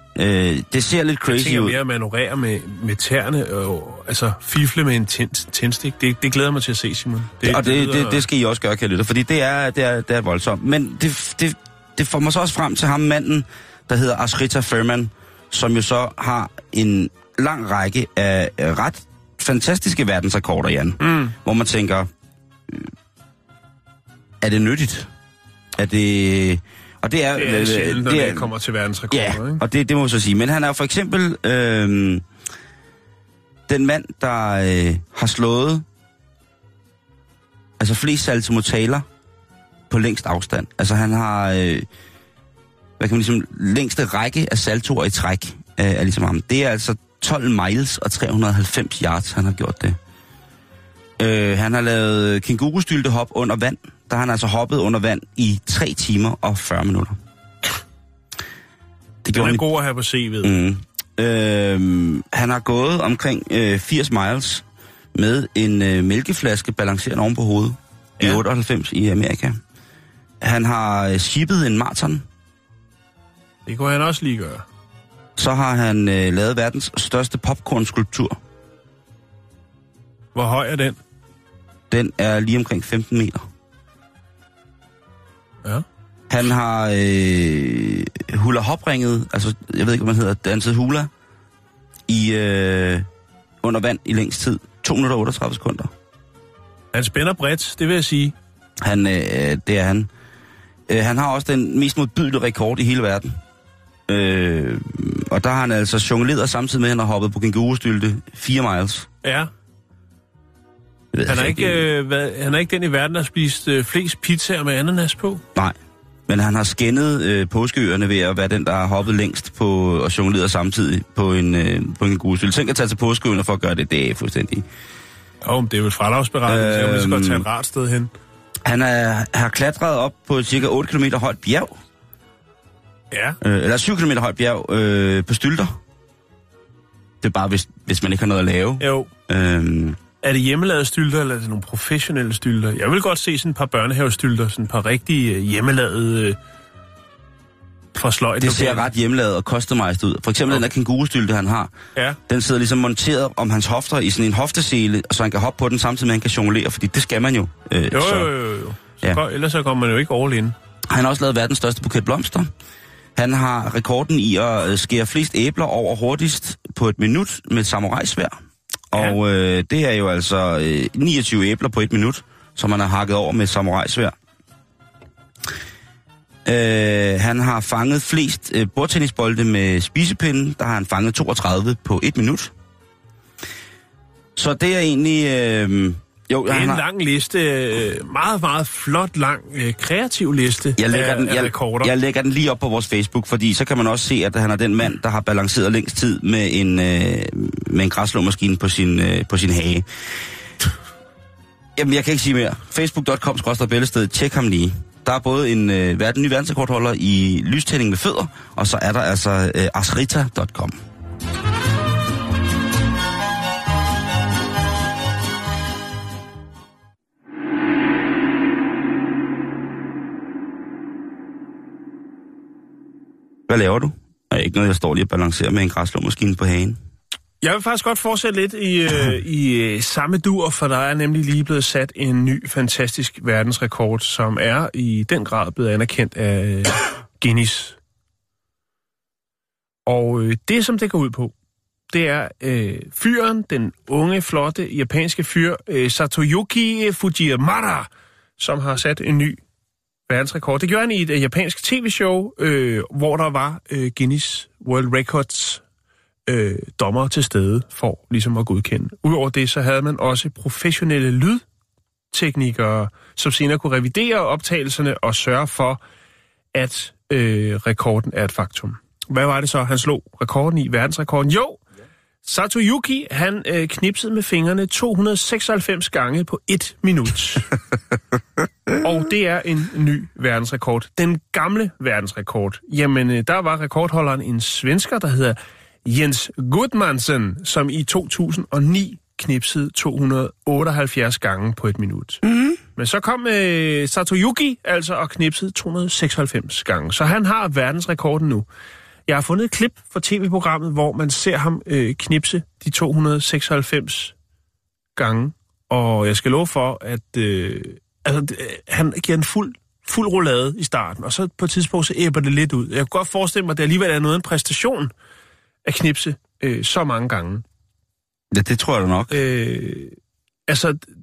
det ser lidt crazy ud. Jeg tænker mere at manøvrere med tæerne, altså fifle med en tændstik. Det glæder mig til at se, Simon. Det skal I også gøre, kære lytter, fordi det er voldsomt. Men det får mig så også frem til ham, manden, der hedder Ashrita Furman, som jo så har en lang række af ret fantastiske verdensrekorder, Jan. Hvor man tænker, er det nyttigt? Er det... Og det er sjældent, når det kommer til verdensrekorder, ja, ikke? Og det må jeg så sige. Men han er jo for eksempel den mand, der har slået flest saltomortaler på længst afstand. Altså han har, hvad kan man ligesom, længste række af saltoer i træk er ligesom ham. Det er altså 12 miles og 390 yards, han har gjort det. Han har lavet kængurustyltehop under vand. Der har han altså hoppet under vand i 3 timer og 40 minutter. Det er god at have på CV'et. Han har gået omkring 80 miles med en mælkeflaske balanceret oven på hovedet i 98 i Amerika. Han har shippet en maraton. Det kunne han også lige gøre. Så har han lavet verdens største popcorn-skulptur. Hvor høj er den? Den er lige omkring 15 meter. Ja. Han har hula-hop-ringet, altså jeg ved ikke, hvad man hedder, danset hula, i under vand i længst tid. 2 minutter og 38 sekunder. Han spænder bredt, det vil jeg sige. Det er han. Han har også den mest modbydelige rekord i hele verden. Og der har han altså jongleret samtidig med, at han har hoppet på kængurustylte 4 miles. Ja. Han er ikke den i verden, der har spist flest pizzaer med ananas på? Nej, men han har skændet påskeøerne ved at være den, der har hoppet længst på og jongleret samtidig på en kængurustylte. Tænk at tage til påskeøerne for at gøre det, det er fuldstændig... Jo, det er vel fradragsberetning, så jeg vil lige så godt tage et rart sted hen. Han har klatret op på cirka 8 km højt bjerg. Ja. Eller 7 km højt bjerg på stylter. Det er bare, hvis man ikke har noget at lave. Jo. Er det hjemmelavede stylter, eller er det nogle professionelle stylter? Jeg vil godt se sådan et par børnehavestylter, sådan et par rigtige hjemmelavede fra sløjt. Det ser ret hjemmelavet og customized ud. For eksempel den der kængurustylte, han har. Ja. Den sidder ligesom monteret om hans hofter i sådan en hoftesele, så han kan hoppe på den samtidig med, han kan jonglere, fordi det skal man jo. Jo. Ellers så kommer man jo ikke all in. Han har også lavet verdens største buket blomster. Han har rekorden i at skære flest æbler over hurtigst på et minut med et samurajsværd. Ja. Og det er jo altså 29 æbler på 1 minut, som han har hakket over med et samurajsværd. Han har fanget flest bordtennisbolde med spisepinde. Der har han fanget 32 på 1 minut. Så det er egentlig... det er en lang liste. Meget, meget flot, lang, kreativ liste af rekorder. Jeg lægger den lige op på vores Facebook, fordi så kan man også se, at han er den mand, der har balanceret længst tid med en græsslåmaskine på sin hage. Jamen, jeg kan ikke sige mere. Facebook.com/Bæltested. Tjek ham lige. Der er både en ny verdensrekordholder i lystænding med fødder, og så er der altså asrita.com. Hvad laver du? Er ikke noget, jeg står lige og balancerer med en græsslåmaskine på hagen? Jeg vil faktisk godt fortsætte lidt i samme dur, for der er nemlig lige blevet sat en ny, fantastisk verdensrekord, som er i den grad blevet anerkendt af Guinness. Og det, som det går ud på, det er fyren, den unge, flotte, japanske fyr, Satoyuki Fujimura, som har sat en ny verdensrekord. Det gjorde han i et japansk tv-show, hvor der var Guinness World Records dommer til stede for ligesom at godkende. Udover det, så havde man også professionelle lydteknikere, som senere kunne revidere optagelserne og sørge for, at rekorden er et faktum. Hvad var det så, han slog rekorden i, verdensrekorden? Jo, Satoyuki, han knipsede med fingrene 296 gange på 1 minut. Og det er en ny verdensrekord. Den gamle verdensrekord. Jamen, der var rekordholderen en svensker, der hedder Jens Gudmansen, som i 2009 knipsede 278 gange på 1 minut. Mm-hmm. Men så kom Satoyuki altså og knipsede 296 gange. Så han har verdensrekorden nu. Jeg har fundet et klip fra tv-programmet, hvor man ser ham knipse de 296 gange. Og jeg skal love for, at han giver en fuld rullade i starten, og så på et tidspunkt så æbber det lidt ud. Jeg kan godt forestille mig, at det alligevel er noget af en præstation at knipse så mange gange. Ja, det tror jeg da nok. Altså,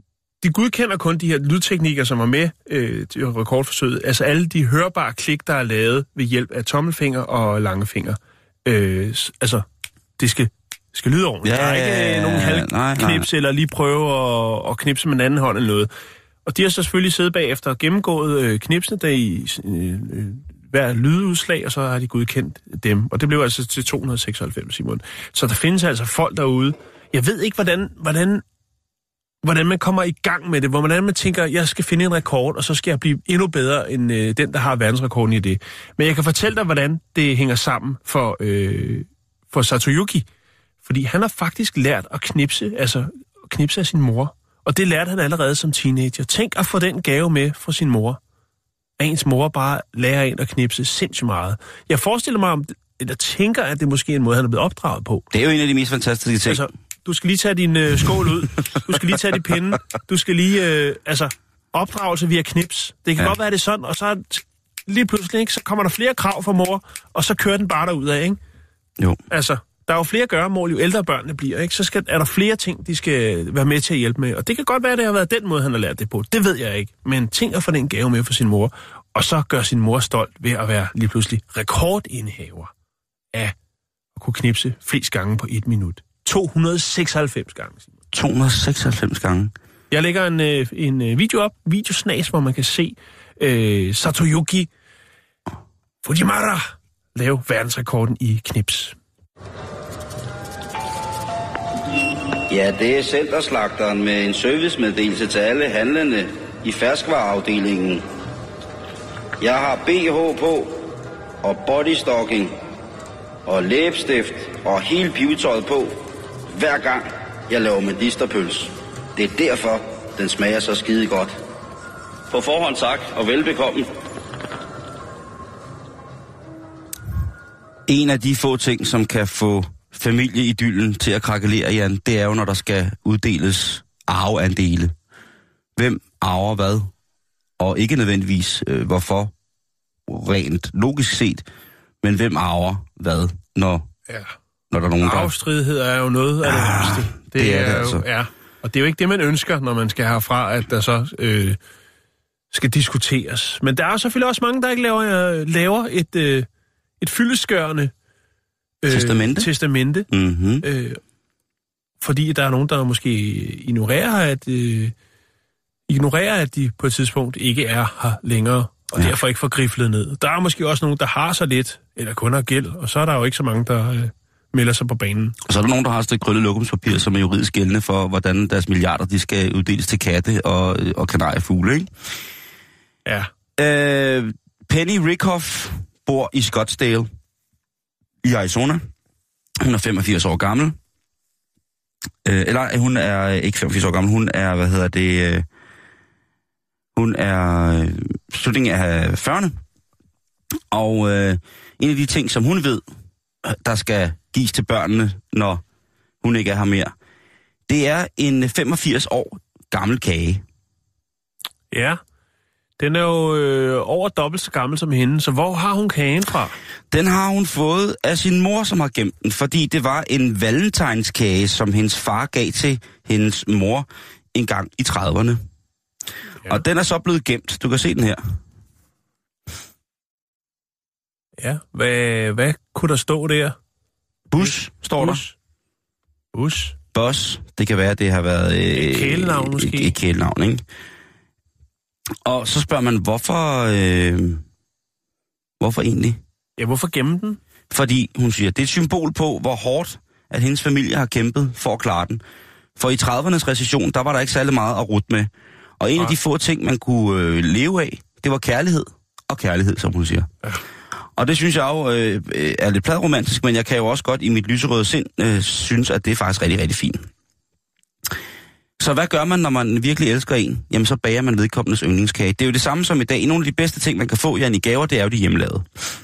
de godkender kun de her lydteknikker, som var med til rekordforsøget. Altså alle de hørbare klik, der er lavet ved hjælp af tommelfinger og langefinger. Altså, det skal lyde ordentligt. Der er ikke nogen halvknips, eller lige prøve at knipse med en anden hånd eller noget. Og de har så selvfølgelig siddet bagefter og gennemgået knipsene der i hver lydudslag, og så har de godkendt dem. Og det blev altså til 296, Simon. Så der findes altså folk derude. Jeg ved ikke, hvordan man kommer i gang med det, hvordan man tænker, jeg skal finde en rekord, og så skal jeg blive endnu bedre end den, der har verdensrekorden i det. Men jeg kan fortælle dig, hvordan det hænger sammen for Satoyuki. Fordi han har faktisk lært at knipse af sin mor. Og det lærte han allerede som teenager. Tænk at få den gave med fra sin mor. At ens mor bare lærer en at knipse sindssygt meget. Jeg forestiller mig, eller tænker, at det måske er en måde, han er blevet opdraget på. Det er jo en af de mest fantastiske ting. Altså, du skal lige tage din skål ud. Du skal lige tage din pinde. Du skal lige, opdragelse via knips. Det kan godt være, det er sådan, og så lige pludselig, ikke, så kommer der flere krav fra mor, og så kører den bare derudad, ikke? Jo. Altså, der er jo flere gøremål, jo ældre børnene bliver, ikke? Så er der flere ting, de skal være med til at hjælpe med. Og det kan godt være, at det har været den måde, han har lært det på. Det ved jeg ikke. Men tænk at få den gave med for sin mor, og så gør sin mor stolt ved at være lige pludselig rekordindehaver af at kunne knipse flest gange på 1 minut. 296 gange. 296 gange? Jeg lægger en video op, videosnas, hvor man kan se Satoyuki Fujimura lave verdensrekorden i knips. Ja, det er Centerslagteren med en servicemeddelelse til alle handlende i ferskvareafdelingen. Jeg har BH på, og bodystocking, og læbestift, og hele pivetøjet på, hver gang jeg laver medisterpøls. Det er derfor, den smager så skide godt. På forhånd tak, og velbekomme. En af de få ting, som kan få familieidyllen til at krakelere, Jan, det er jo, når der skal uddeles arveandele. Hvem arver hvad? Og ikke nødvendigvis hvorfor, rent logisk set, men hvem arver hvad, når der er nogen, der... Arvestridighed er jo noget af det værste. Det er det altså. Ja. Og det er jo ikke det, man ønsker, når man skal herfra, at der så skal diskuteres. Men der er selvfølgelig også mange, der ikke laver et fyldestgørende testamente. Mm-hmm. Fordi der er nogen, der måske ignorerer, at de på et tidspunkt ikke er her længere, og derfor ikke får griflet ned. Der er måske også nogen, der har så lidt, eller kun har gæld, og så er der jo ikke så mange, der melder sig på banen. Og så er der nogen, der har et stykke krøllet lokumspapir, som er juridisk gældende for, hvordan deres milliarder, de skal uddeles til katte og kanariefugle, ikke? Ja. Penny Rickhoff bor i Scottsdale i Arizona. Hun er 85 år gammel. Eller hun er ikke 85 år gammel, hun er, hun er slutningen af 40'erne. Og en af de ting, som hun ved, der skal gives til børnene, når hun ikke er her mere, det er en 85 år gammel kage. Ja, den er jo over dobbelt så gammel som hende, så hvor har hun kagen fra? Den har hun fået af sin mor, som har gemt den, fordi det var en valentinskage, som hendes far gav til hendes mor en gang i 30'erne. Ja. Og den er så blevet gemt. Du kan se den her. Ja, hvad kunne der stå der? Bus, står der. Bus. Boss. Det kan være, det har været... Et kælenavn måske. Et kælenavn, ikke? Og så spørger man, hvorfor egentlig? Ja, hvorfor gemme den? Fordi, hun siger, det er et symbol på, hvor hårdt, at hendes familie har kæmpet for at klare den. For i 30'ernes recession, der var der ikke særlig meget at rutte med. Og en af de få ting, man kunne leve af, det var kærlighed. Og kærlighed, som hun siger. Ja. Og det synes jeg jo er lidt pladromantisk, men jeg kan jo også godt i mit lyserøde sind synes, at det er faktisk rigtig, rigtig fint. Så hvad gør man, når man virkelig elsker en? Jamen, så bager man vedkommendes yndlingskage. Det er jo det samme som i dag. Nogle af de bedste ting, man kan få, Jan, i gaver, det er jo de hjemmelavede.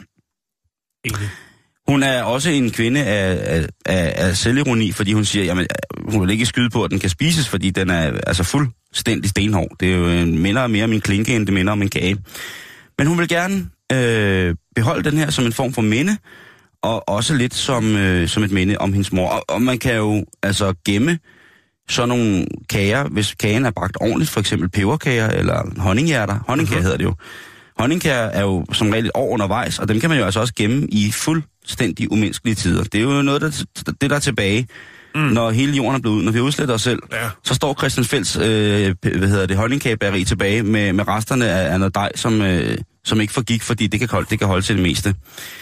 Hun er også en kvinde af selvironi, fordi hun siger, jamen, hun vil ikke skyde på, at den kan spises, fordi den er altså fuldstændig stenhård. Det er jo minder mere om en klinke, end det minder om en kage. Men hun vil gerne beholde den her som en form for minde, og også lidt som et minde om hendes mor. Og man kan jo altså gemme sådan nogle kager, hvis kagen er bagt ordentligt, for eksempel peberkager eller honninghjerter. Honningkager hedder det jo. Honningkager er jo som regel et år undervejs, og dem kan man jo altså også gemme i fuldstændig umenneskelige tider. Det er jo noget, der er tilbage, når hele jorden er blevet ud. Når vi udsletter os selv, så står Christian Fælds honningkagebageri tilbage med resterne af noget dej, som ikke forgik, fordi det kan holde til det meste.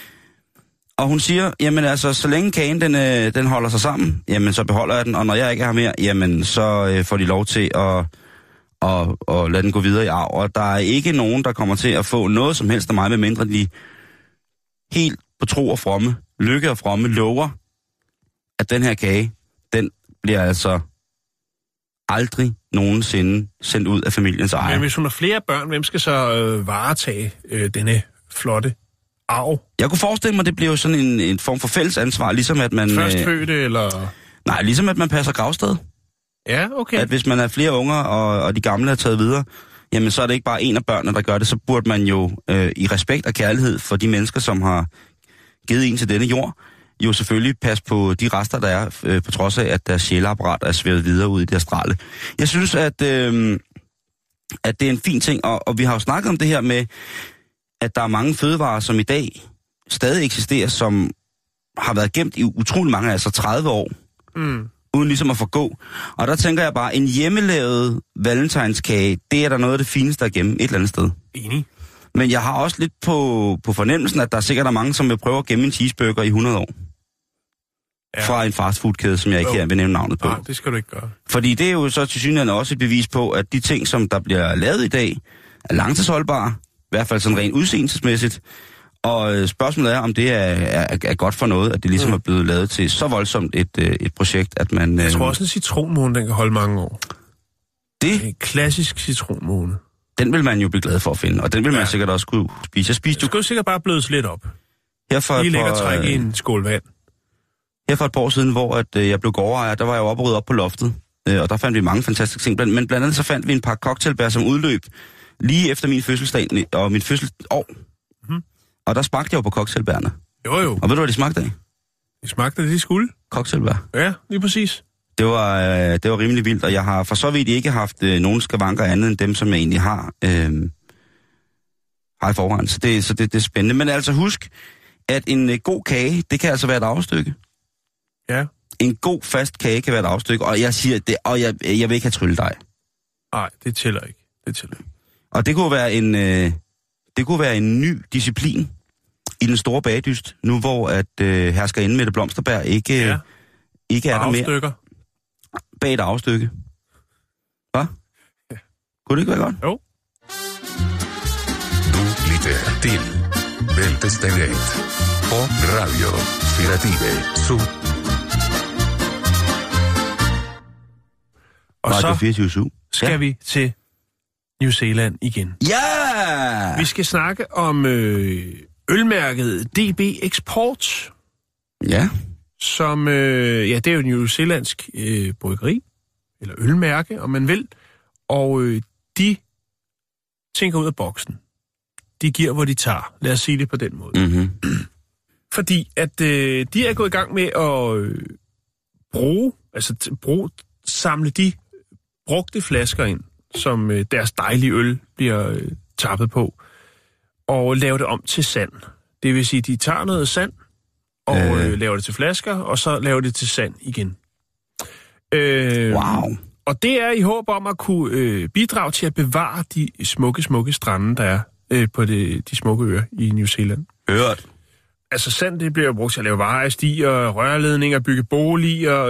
Og hun siger, jamen altså, så længe kagen den holder sig sammen, jamen så beholder jeg den, og når jeg ikke har mere, jamen så får de lov til at lade den gå videre i arv. Og der er ikke nogen, der kommer til at få noget som helst af mig, medmindre de helt på tro og fromme, lykke og fromme, lover, at den her kage, den bliver altså aldrig nogensinde sendt ud af familiens eje. Men hvis hun har flere børn, hvem skal så varetage denne flotte arv? Jeg kunne forestille mig, det bliver jo sådan en form for fælles ansvar, ligesom at man... Førstfødte, eller... Nej, ligesom at man passer gravsted. Ja, okay. At hvis man er flere unger, og de gamle er taget videre, jamen så er det ikke bare en af børnene, der gør det. Så burde man jo i respekt og kærlighed for de mennesker, som har givet en til denne jord, jo selvfølgelig passe på de rester, der er, på trods af, at deres sjæleapparat er svævet videre ud i det astrale. Jeg synes, at det er en fin ting, og vi har jo snakket om det her med, at der er mange fødevarer, som i dag stadig eksisterer, som har været gemt i utrolig mange, altså 30 år, uden ligesom at forgå. Og der tænker jeg bare, en hjemmelavet valentinskage, det er der noget af det fineste at gemme et eller andet sted. Enig. Men jeg har også lidt på fornemmelsen, at der sikkert er mange, som vil prøve at gemme en cheeseburger i 100 år. Ja. Fra en fastfoodkæde, som jeg ikke her vil nævne navnet på. Nej, det skal du ikke gøre. Fordi det er jo så tilsyneladende også et bevis på, at de ting, som der bliver lavet i dag, er langtidsholdbare. I hvert fald sådan rent udseendelsesmæssigt. Og spørgsmålet er, om det er godt for noget, at det ligesom er blevet lavet til så voldsomt et projekt, at man... Jeg tror også, en citronmåne, den kan holde mange år. Det? En klassisk citronmåne. Den vil man jo blive glad for at finde, og den vil man sikkert også kunne spise. Du skal jo sikkert bare blødes lidt op. Lige lægge og trække i en skål vand. Her for et par år siden, hvor jeg blev gårdejer, der var jeg jo oppe og rydde op på loftet. Og der fandt vi mange fantastiske ting. Men blandt andet så fandt vi en pakke cocktailbær, som udløb lige efter min fødselsdag og min fødselsår. Og der smagte jeg jo på cocktailbærne. Jo. Og ved du, hvad de smagte af? De smagte det, de skulle. Cocktailbær. Ja, lige præcis. Det var rimelig vildt, og jeg har for så vidt ikke haft nogen skavanker andet end dem, som jeg egentlig har i forvejen. Så det er spændende. Men altså husk, at en god kage, det kan altså være et afstykke. Ja. En god fast kage kan være et afstykke, og jeg siger det, og jeg vil ikke have trylledej. Nej, det tæller ikke. Og det kunne være en ny disciplin i den store bagdyst, nu hvor at herskerinden Mette Blomsterberg ikke er der mere. Afstykker. Bag et afstykke. Hvad? Ja. Kunne det ikke være godt? Jo. Du lytter til Bæltestedet på Radio Firative Syd. Og Radio så skal vi til New Zealand igen. Ja! Vi skal snakke om ølmærket DB Export. Ja. Som, det er jo New Zealandsk bryggeri, eller ølmærke, om man vil. Og de tænker ud af boksen. De giver, hvor de tager. Lad os sige det på den måde. Mm-hmm. Fordi at de er gået i gang med at samle de brugte flasker ind, som deres dejlige øl bliver tappet på, og lave det om til sand. Det vil sige, de tager noget sand, og laver det til flasker, og så laver det til sand igen. Wow. Og det er i håb om at kunne bidrage til at bevare de smukke strande, der er på de smukke øer i New Zealand. Hørt. Altså sand, det bliver brugt til at lave vejestier, rørledninger, bygge boliger,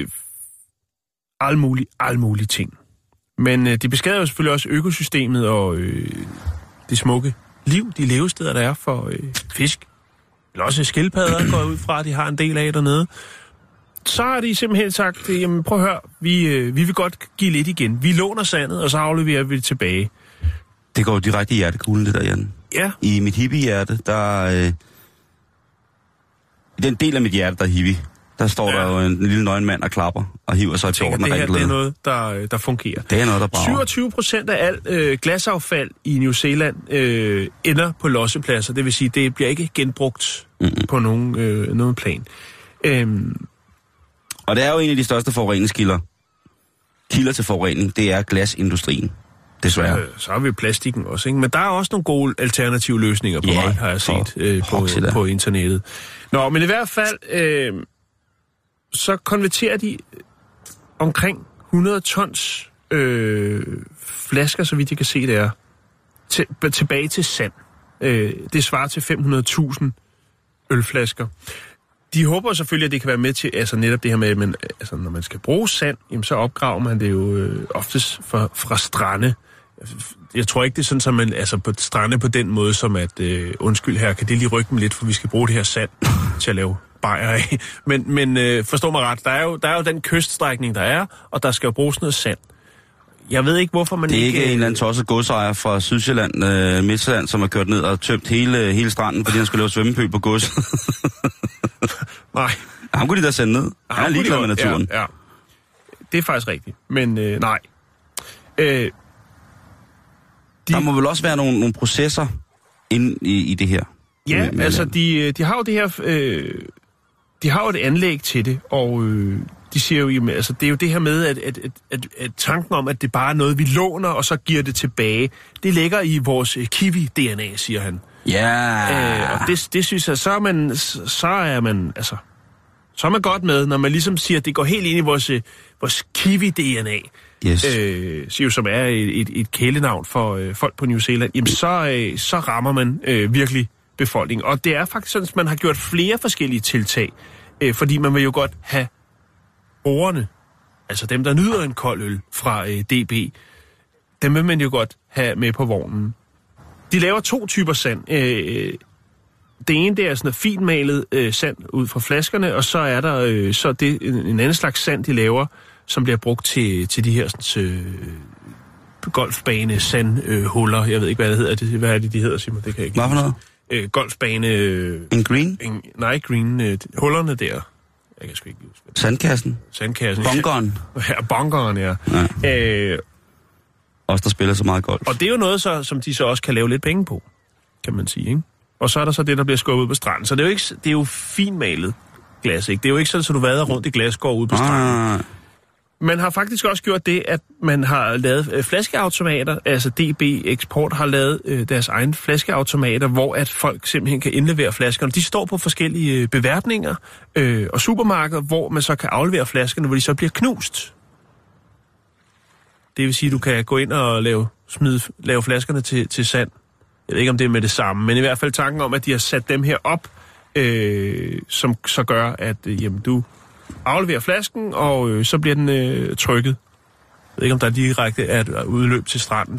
alle mulige ting. Men de beskadiger jo selvfølgelig også økosystemet og det smukke liv, de levesteder, der er for fisk. Eller også skildpadder går ud fra, at de har en del af dernede. Så har de simpelthen sagt, jamen prøv at høre, vi vil godt give lidt igen. Vi låner sandet, og så afleverer vi det tilbage. Det går jo direkte i hjertekuglen, det der, Jan. Ja. I mit hippie-hjerte, i den del af mit hjerte, der er hippie, der står der jo en lille nøgen mand og klapper og hiver sig i tjorden og rigtig glæde. Det er noget, der fungerer. Det er noget, der brager. 27% af alt glasaffald i New Zealand ender på lossepladser. Det vil sige, det bliver ikke genbrugt på nogen plan. Og det er jo en af de største forureningskilder kilder til forurening, det er glasindustrien. Desværre. Så har vi plastikken også, ikke? Men der er også nogle gode alternative løsninger på vej, har jeg set på internettet. Nå, men i hvert fald, så konverterer de omkring 100 tons flasker, så vidt jeg kan se det er, tilbage til sand. Det svarer til 500.000 ølflasker. De håber selvfølgelig, at det kan være med til, altså netop det her med, men altså, når man skal bruge sand, jamen, så opgraver man det jo oftest fra strande. Jeg tror ikke, det er sådan, som man, altså på strande på den måde, som at, undskyld her, kan det lige rykke mig lidt, for vi skal bruge det her sand til at lave bajer af. Men forstå mig ret, der er jo den kyststrækning, der er, og der skal jo bruges noget sand. Jeg ved ikke, hvorfor man ikke... Det er ikke en eller anden tosset godsejer fra Sydsjælland, Midtjylland, som har kørt ned og tømt hele stranden, fordi han skulle lave svømmepøl på gods. Nej. Ham kunne de da sende ned. Han er ligeglad med naturen. Ja. Det er faktisk rigtigt, men nej. Der må vel også være nogle processer inde i det her? Ja, altså de har jo det her... de har jo et anlæg til det, og de siger jo, jamen, altså, det er jo det her med, at tanken om, at det bare er noget, vi låner, og så giver det tilbage, det ligger i vores kiwi-DNA, siger han. Ja. Og det synes jeg, så er man godt med, når man ligesom siger, at det går helt ind i vores kiwi-DNA. Yes. Siger jo, som er et kælenavn for folk på New Zealand. Jamen, så rammer man virkelig befolkningen. Og det er faktisk sådan, at man har gjort flere forskellige tiltag, fordi man vil jo godt have brugerne, altså dem, der nyder en kold øl fra DB, dem vil man jo godt have med på vognen. De laver 2 typer sand. Det ene, det er sådan noget finmalet sand ud fra flaskerne, og så er der så det en anden slags sand, de laver, som bliver brugt til de her golfbane sandhuller. Jeg ved ikke, hvad det hedder. Hvad er det, de hedder, Simon? Det kan jeg ikke. Hvad for noget? Golfbane... En green? Nej, green. Hullerne der. Jeg kan sgu ikke huske. Sandkassen? Bunkeren? Ja, bunkeren, ja. Også der spiller så meget golf. Og det er jo noget, som de så også kan lave lidt penge på, kan man sige, ikke? Og så er der så det, der bliver skubbet ud på stranden. Så det er jo finmalet glas, ikke? Det er jo ikke sådan, at du vader rundt i glasgård ude på stranden. Man har faktisk også gjort det, at man har lavet flaskeautomater, altså DB Export har lavet deres egne flaskeautomater, hvor at folk simpelthen kan indlevere flaskerne. De står på forskellige beværtninger og supermarkeder, hvor man så kan aflevere flaskerne, hvor de så bliver knust. Det vil sige, at du kan gå ind og lave flaskerne til sand. Jeg ved ikke, om det er med det samme, men i hvert fald tanken om, at de har sat dem her op, som så gør, at jamen, du afleverer flasken, og så bliver den trykket. Jeg ved ikke, om der direkte er et udløb til stranden,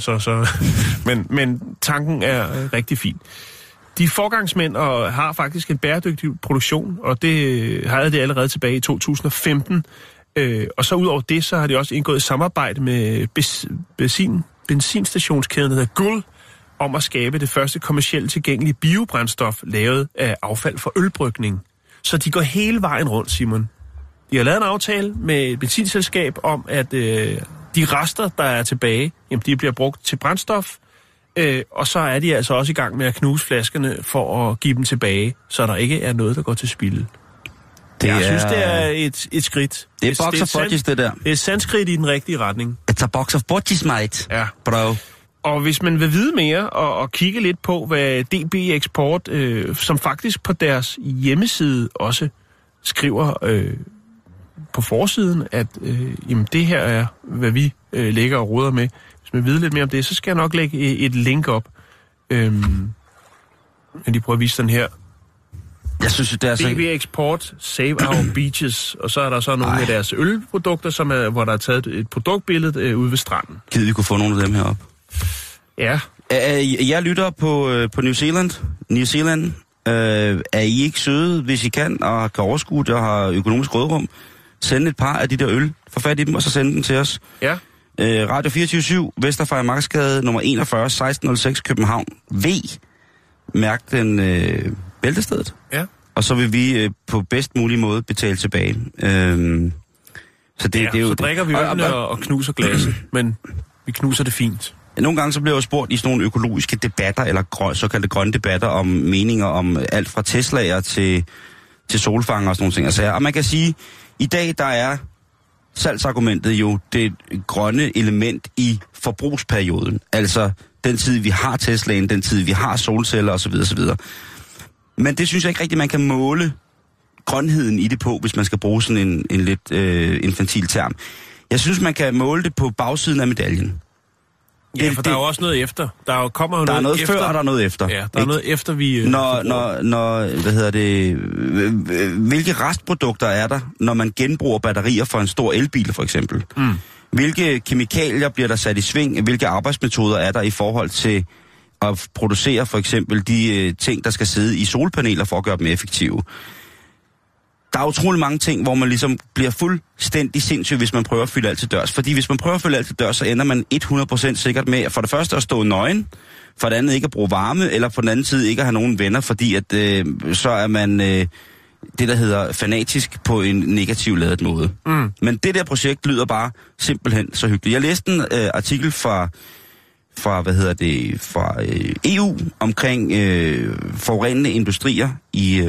men tanken er rigtig fin. De forgangsmænd har faktisk en bæredygtig produktion, og det havde det allerede tilbage i 2015. Og så ud over det, så har de også indgået et samarbejde med benzinstationskæden, der hedder Guld, om at skabe det første kommercielt tilgængelige biobrændstof, lavet af affald fra ølbrygning. Så de går hele vejen rundt, Simon. De har lavet en aftale med et benzinselskab om, at de rester, der er tilbage, jamen, de bliver brugt til brændstof, og så er de altså også i gang med at knuse flaskerne for at give dem tilbage, så der ikke er noget, der går til spilde. Jeg synes, det er et skridt. Det er box of budgies, det der. Det er et sandskridt i den rigtige retning. It's a box of budgies, mate. Ja. Bro. Og hvis man vil vide mere og kigge lidt på, hvad DB Export, som faktisk på deres hjemmeside også skriver på forsiden, at jamen, det her er, hvad vi lægger og roder med. Hvis man vil vide lidt mere om det, så skal jeg nok lægge et link op. Men de prøver at vise den her. Jeg synes, det er så... DB Export, Save Our Beaches. Og så er der så nogle af deres ølprodukter, hvor der er taget et produktbillede ude ved stranden. Gider vi kunne få nogle af dem heroppe? Ja. Jeg lytter på New Zealand. Er I ikke søde, hvis I kan, og kan overskue det og har økonomisk rådrum? Send et par af de der øl. Få fat i dem, og så send dem til os. Ja. Radio 24/7, Vesterfejl Marksgade, nummer 41, 1606, København. V. Mærk den bæltestedet. Ja. Og så vil vi på bedst mulig måde betale tilbage. Så det er jo... Så drikker vi ølene og knuser glasset, men vi knuser det fint. Nogle gange så bliver jeg jo spurgt i sådan nogle økologiske debatter, eller såkaldte grønne debatter, om meninger om alt fra Tesla'er til solfanger og sådan nogle ting. Altså, og man kan sige, i dag der er salgsargumentet jo det grønne element i forbrugsperioden. Altså den tid, vi har Teslaen, den tid, vi har solceller osv. osv. Men det synes jeg ikke rigtigt, man kan måle grønheden i det på, hvis man skal bruge sådan en lidt infantil term. Jeg synes, man kan måle det på bagsiden af medaljen. Ja, for der er jo også noget efter. Der kommer jo der noget er noget efter. Før, og der er noget efter. Ja, der er noget efter, vi... Hvilke restprodukter er der, når man genbruger batterier for en stor elbil, for eksempel? Mm. Hvilke kemikalier bliver der sat i sving? Hvilke arbejdsmetoder er der i forhold til at producere for eksempel de ting, der skal sidde i solpaneler for at gøre dem effektive? Der er utrolig mange ting, hvor man ligesom bliver fuldstændig sindssyg, hvis man prøver at fylde alt til dørs. Fordi hvis man prøver at fylde alt til dørs, så ender man 100% sikkert med for det første at stå nøgen, for det andet ikke at bruge varme, eller på den anden side ikke at have nogen venner, fordi at, så er man det, der hedder fanatisk på en negativ ladet måde. Mm. Men det der projekt lyder bare simpelthen så hyggeligt. Jeg læste en artikel fra EU omkring forurenende industrier i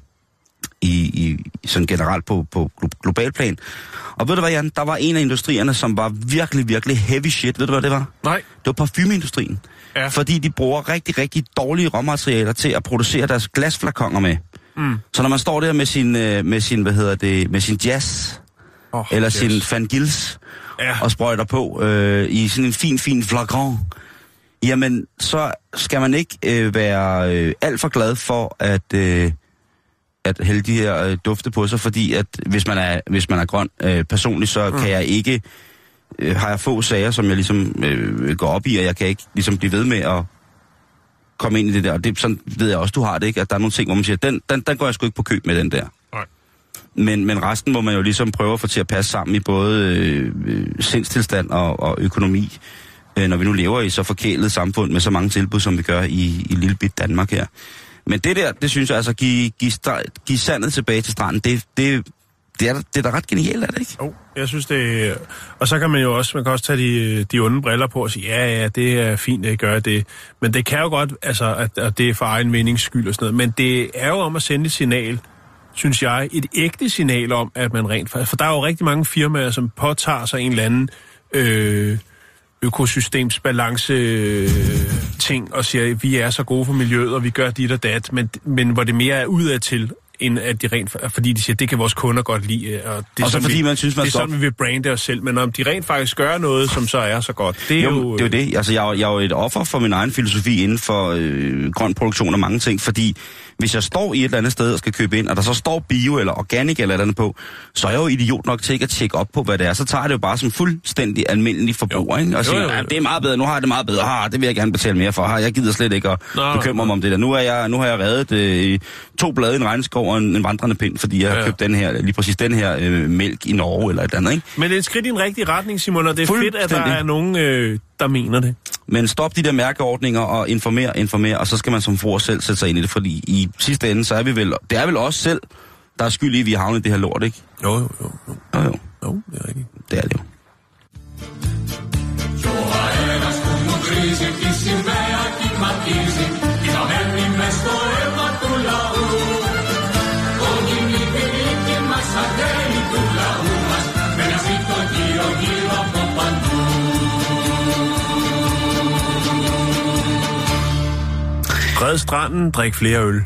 sådan generelt på global plan. Og ved du hvad, Jan? Der var en af industrierne, som var virkelig, virkelig heavy shit. Ved du, hvad det var? Nej. Det var parfumeindustrien. Ja. Fordi de bruger rigtig, rigtig dårlige råmaterialer til at producere deres glasflakoner med. Mm. Så når man står der med sin jazz, eller sin Van Gils, og sprøjter på i sådan en fin flakon, jamen, så skal man ikke være alt for glad for at hælde de her dufte på sig, fordi at hvis man er grøn personligt, så kan jeg ikke, har jeg få sager, som jeg ligesom går op i, og jeg kan ikke ligesom blive ved med at komme ind i det der. Og det sådan ved jeg også, du har det, ikke? At der er nogle ting, hvor man siger, den går jeg sgu ikke på køb med, den der. Nej. Men resten må man jo ligesom prøve at få til at passe sammen i både sindstilstand og økonomi, når vi nu lever i så forkælet samfund med så mange tilbud, som vi gør i lille bit Danmark her. Men det der, det synes jeg altså, give sandet tilbage til stranden, det er da ret genialt, er det ikke? Jo, jeg synes det. Og så kan man jo også tage de onde briller på og sige, ja, det er fint, at gøre det. Men det kan jo godt, altså, at det er for egen vindings skyld og sådan noget. Men det er jo om at sende et signal, synes jeg, et ægte signal om, at man rent faktisk... For der er jo rigtig mange firmaer, som påtager sig en eller anden økosystemsbalance ting og siger, at vi er så gode for miljøet, og vi gør dit og dat, men hvor det mere er udadtil, end at de rent... Fordi de siger, at det kan vores kunder godt lide. Og det er, fordi man synes, det er sådan, vi vil brande os selv. Men om de rent faktisk gør noget, som så er så godt, det er jo... Det er jo det. Altså, jeg er jo et offer for min egen filosofi inden for grøn produktion og mange ting, fordi hvis jeg står i et eller andet sted og skal købe ind, og der så står bio eller organic eller et andet på, så er jeg jo idiot nok til ikke at tjekke op på, hvad det er. Så tager jeg det jo bare som fuldstændig almindelig forbruger, ikke? Og siger, ja, det er meget bedre, nu har jeg det meget bedre, det vil jeg gerne betale mere for, jeg gider slet ikke at bekymre mig om det der. Nu har jeg reddet 2 blade i en regnskov og en vandrende pind, fordi jeg har købt lige præcis den her mælk i Norge eller et eller andet, ikke? Men det er et skridt i en rigtig retning, Simon, og det er fedt, at der er nogen, der mener det. Men stop de der mærkeordninger og informer, og så skal man som forbruger selv sætte sig ind i det, fordi i sidste ende, så er vi vel, det er vel også selv, der er skyld i, at vi har havnet i det her lort, ikke? Jo. Jo, det er rigtigt. Det er det jo. Red stranden, drik flere øl.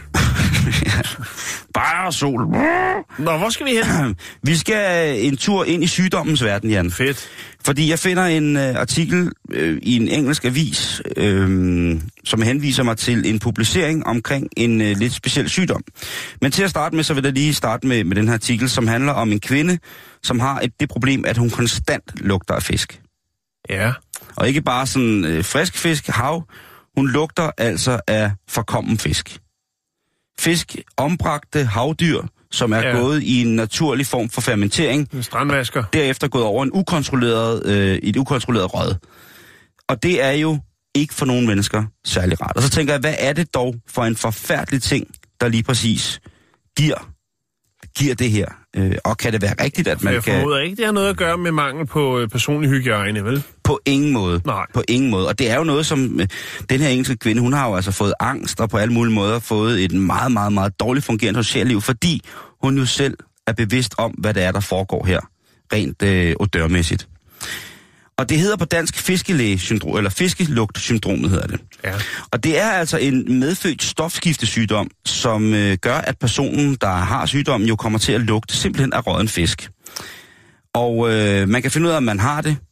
Bare sol. Nå, hvor skal vi hen? Vi skal en tur ind i sygdommens verden, Jan. Fedt. Fordi jeg finder en artikel i en engelsk avis, som henviser mig til en publicering omkring en lidt speciel sygdom. Men til at starte med, så vil jeg lige starte med den her artikel, som handler om en kvinde, som har det problem, at hun konstant lugter af fisk. Ja. Og ikke bare sådan frisk fisk, hav. Hun lugter altså af forkommen fisk. Fisk, ombragte havdyr, som er gået i en naturlig form for fermentering. En strandvasker. Derefter gået over et ukontrolleret rød. Og det er jo ikke for nogen mennesker særlig rart. Og så tænker jeg, hvad er det dog for en forfærdelig ting, der lige præcis giver det her? Og kan det være rigtigt, at man kan... Jeg formoder ikke, det har noget at gøre med mangel på personlig hygiejne, vel? På ingen måde. Nej. På ingen måde. Og det er jo noget, som den her engelske kvinde, hun har jo altså fået angst, og på alle mulige måder fået et meget, meget, meget dårligt fungerende socialt liv, fordi hun jo selv er bevidst om, hvad det er, der foregår her. rent odørmæssigt. Og det hedder på dansk fiskelægesyndrom, eller fiskelugtsyndromet hedder det. Ja. Og det er altså en medfødt stofskiftesygdom, som gør, at personen, der har sygdommen, jo kommer til at lugte simpelthen af rådden fisk. Og man kan finde ud af, om man har det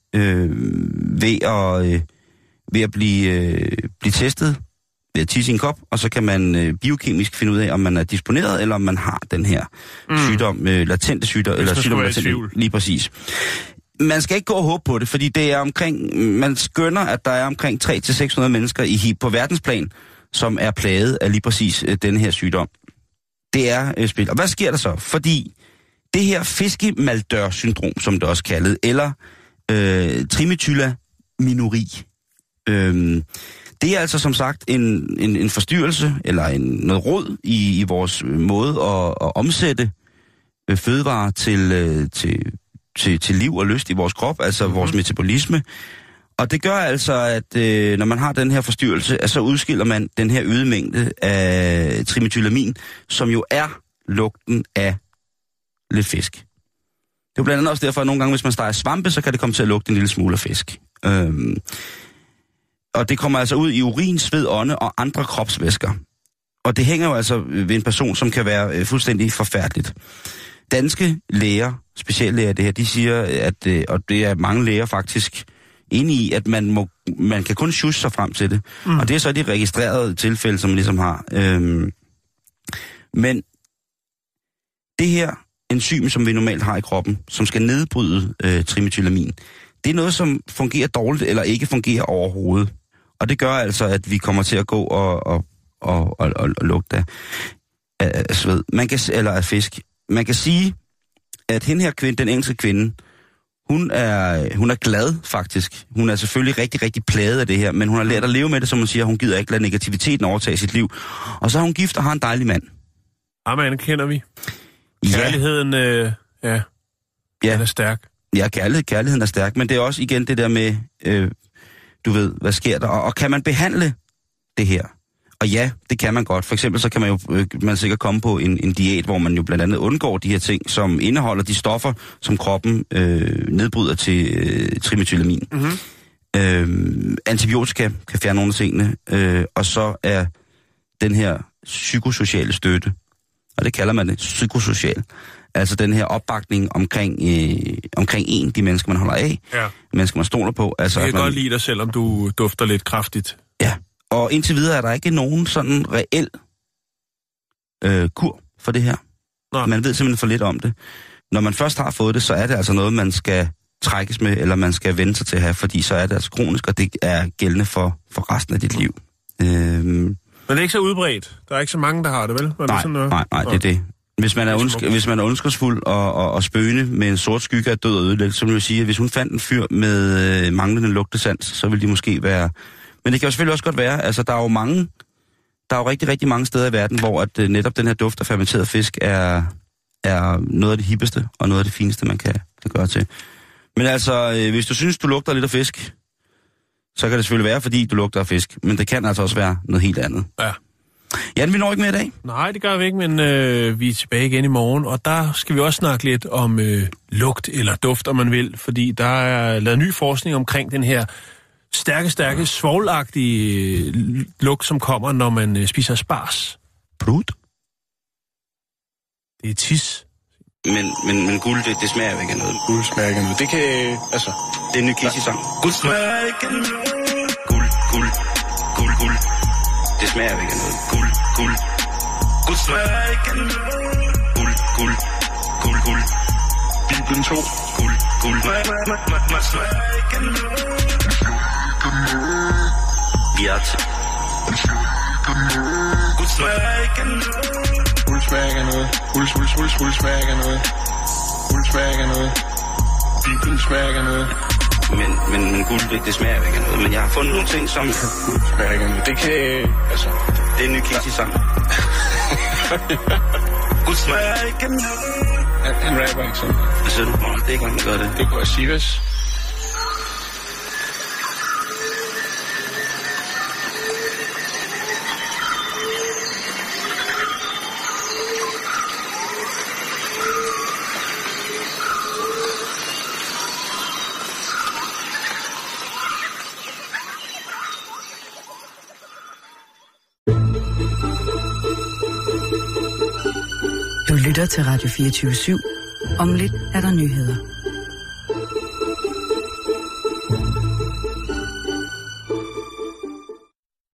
ved at blive testet, ved at tisse i en kop, og så kan man biokemisk finde ud af, om man er disponeret, eller om man har den her sygdom, latente sygdom, eller sygdom latente, lige præcis. Man skal ikke gå og håbe på det, fordi det er man skønner, at der er omkring 300-600 mennesker på verdensplan, som er plaget af lige præcis denne her sygdom. Det er spil. Og hvad sker der så? Fordi det her fiskemaldør-syndrom, som det også kaldet, eller trimetylaminuri, det er altså som sagt en forstyrrelse, eller noget rod i vores måde at omsætte fødevarer til liv og lyst i vores krop, altså vores metabolisme. Og det gør altså, at når man har den her forstyrrelse, så udskiller man den her øgede mængde af trimetylamin, som jo er lugten af lidt fisk. Det er jo blandt andet også derfor, at nogle gange, hvis man steger svampe, så kan det komme til at lugte en lille smule af fisk. Og det kommer altså ud i urin, sved, ånde og andre kropsvæsker. Og det hænger jo altså ved en person, som kan være fuldstændig forfærdeligt. Danske læger, speciallæger det her, de siger, at, og det er mange læger faktisk enige i, at man kan kun sjusse sig frem til det. Og det er så de registrerede tilfælde, som man ligesom har. Men det her enzym, som vi normalt har i kroppen, som skal nedbryde trimetylamin, det er noget, som fungerer dårligt eller ikke fungerer overhovedet. Og det gør altså, at vi kommer til at gå og lugte af sved. Eller af fisk. Man kan sige, at hende her kvinde, den engelske kvinde, hun er glad faktisk. Hun er selvfølgelig rigtig, rigtig plaget af det her, men hun har lært at leve med det, som man siger. Hun gider ikke lade negativiteten overtage sit liv. Og så er hun gift og har en dejlig mand. Amen, kender vi. Kærligheden, den er stærk. Ja, kærligheden er stærk, men det er også igen det der med, du ved, hvad sker der? Og kan man behandle det her? Og ja, det kan man godt. For eksempel så kan man sikkert komme på en diæt, hvor man jo blandt andet undgår de her ting, som indeholder de stoffer, som kroppen nedbryder til trimetylamin. Antibiotika kan fjerne nogle af tingene, og så er den her psykosociale støtte, og det kalder man det, psykosocial. Altså den her opbakning omkring de mennesker, man holder af, mennesker, man stoler på. Altså, jeg kan godt lide dig, selvom du dufter lidt kraftigt. Ja, og indtil videre er der ikke nogen sådan reel kur for det her. Nå. Man ved simpelthen for lidt om det. Når man først har fået det, så er det altså noget, man skal trækkes med, eller man skal vende sig til at have, fordi så er det altså kronisk, og det er gældende for resten af dit liv. Men det er ikke så udbredt. Der er ikke så mange, der har det, vel? Nej, det er det. Hvis man er ondskabsfuld og spøgende med en sort skygge af død og ødelæggelse, så vil jeg sige, at hvis hun fandt en fyr med manglende lugtesans, så ville de måske være... Men det kan jo selvfølgelig også godt være, altså der er jo rigtig, rigtig mange steder i verden, hvor at netop den her duft af fermenteret fisk er noget af det hippeste og noget af det fineste, man kan gøre til. Men altså, hvis du synes, du lugter lidt af fisk, så kan det selvfølgelig være, fordi du lugter af fisk. Men det kan altså også være noget helt andet. Ja. Jan, vi når ikke mere i dag. Nej, det gør vi ikke, men vi er tilbage igen i morgen, og der skal vi også snakke lidt om lugt eller duft, om man vil, fordi der er lavet ny forskning omkring den her stærke, svovlagtige lugt, som kommer, når man spiser spars. Brut? Det er tis. Men guld, det smager jo ikke af noget. Guld smager ikke af noget. Det kan, altså... Det er en ny Kissy-sang. Guld smager ikke af noget. Guld. Det smager jo ikke af noget. Guld. Guld smager ikke af noget. Guld. Bibelen 2. Guld. Man smager ikke af noget. Hjert. Guld smager ikke af noget. Guld smager ikke af noget. Guld smager ikke af noget. Guld smager ikke af noget. Bibelen smager ikke af noget. Men guld, det smager ikke af noget. Men jeg har fundet nogle ting, som... Guld smager ikke af noget. Det kan... Altså... Det er en ny Kissy-sang. Guld smager ikke af noget. Han rapper ikke sådan. Hvad siger du? Det er ikke, han gør det. Det går Sivas. lytter til Radio 24/7. Om lidt er der nyheder.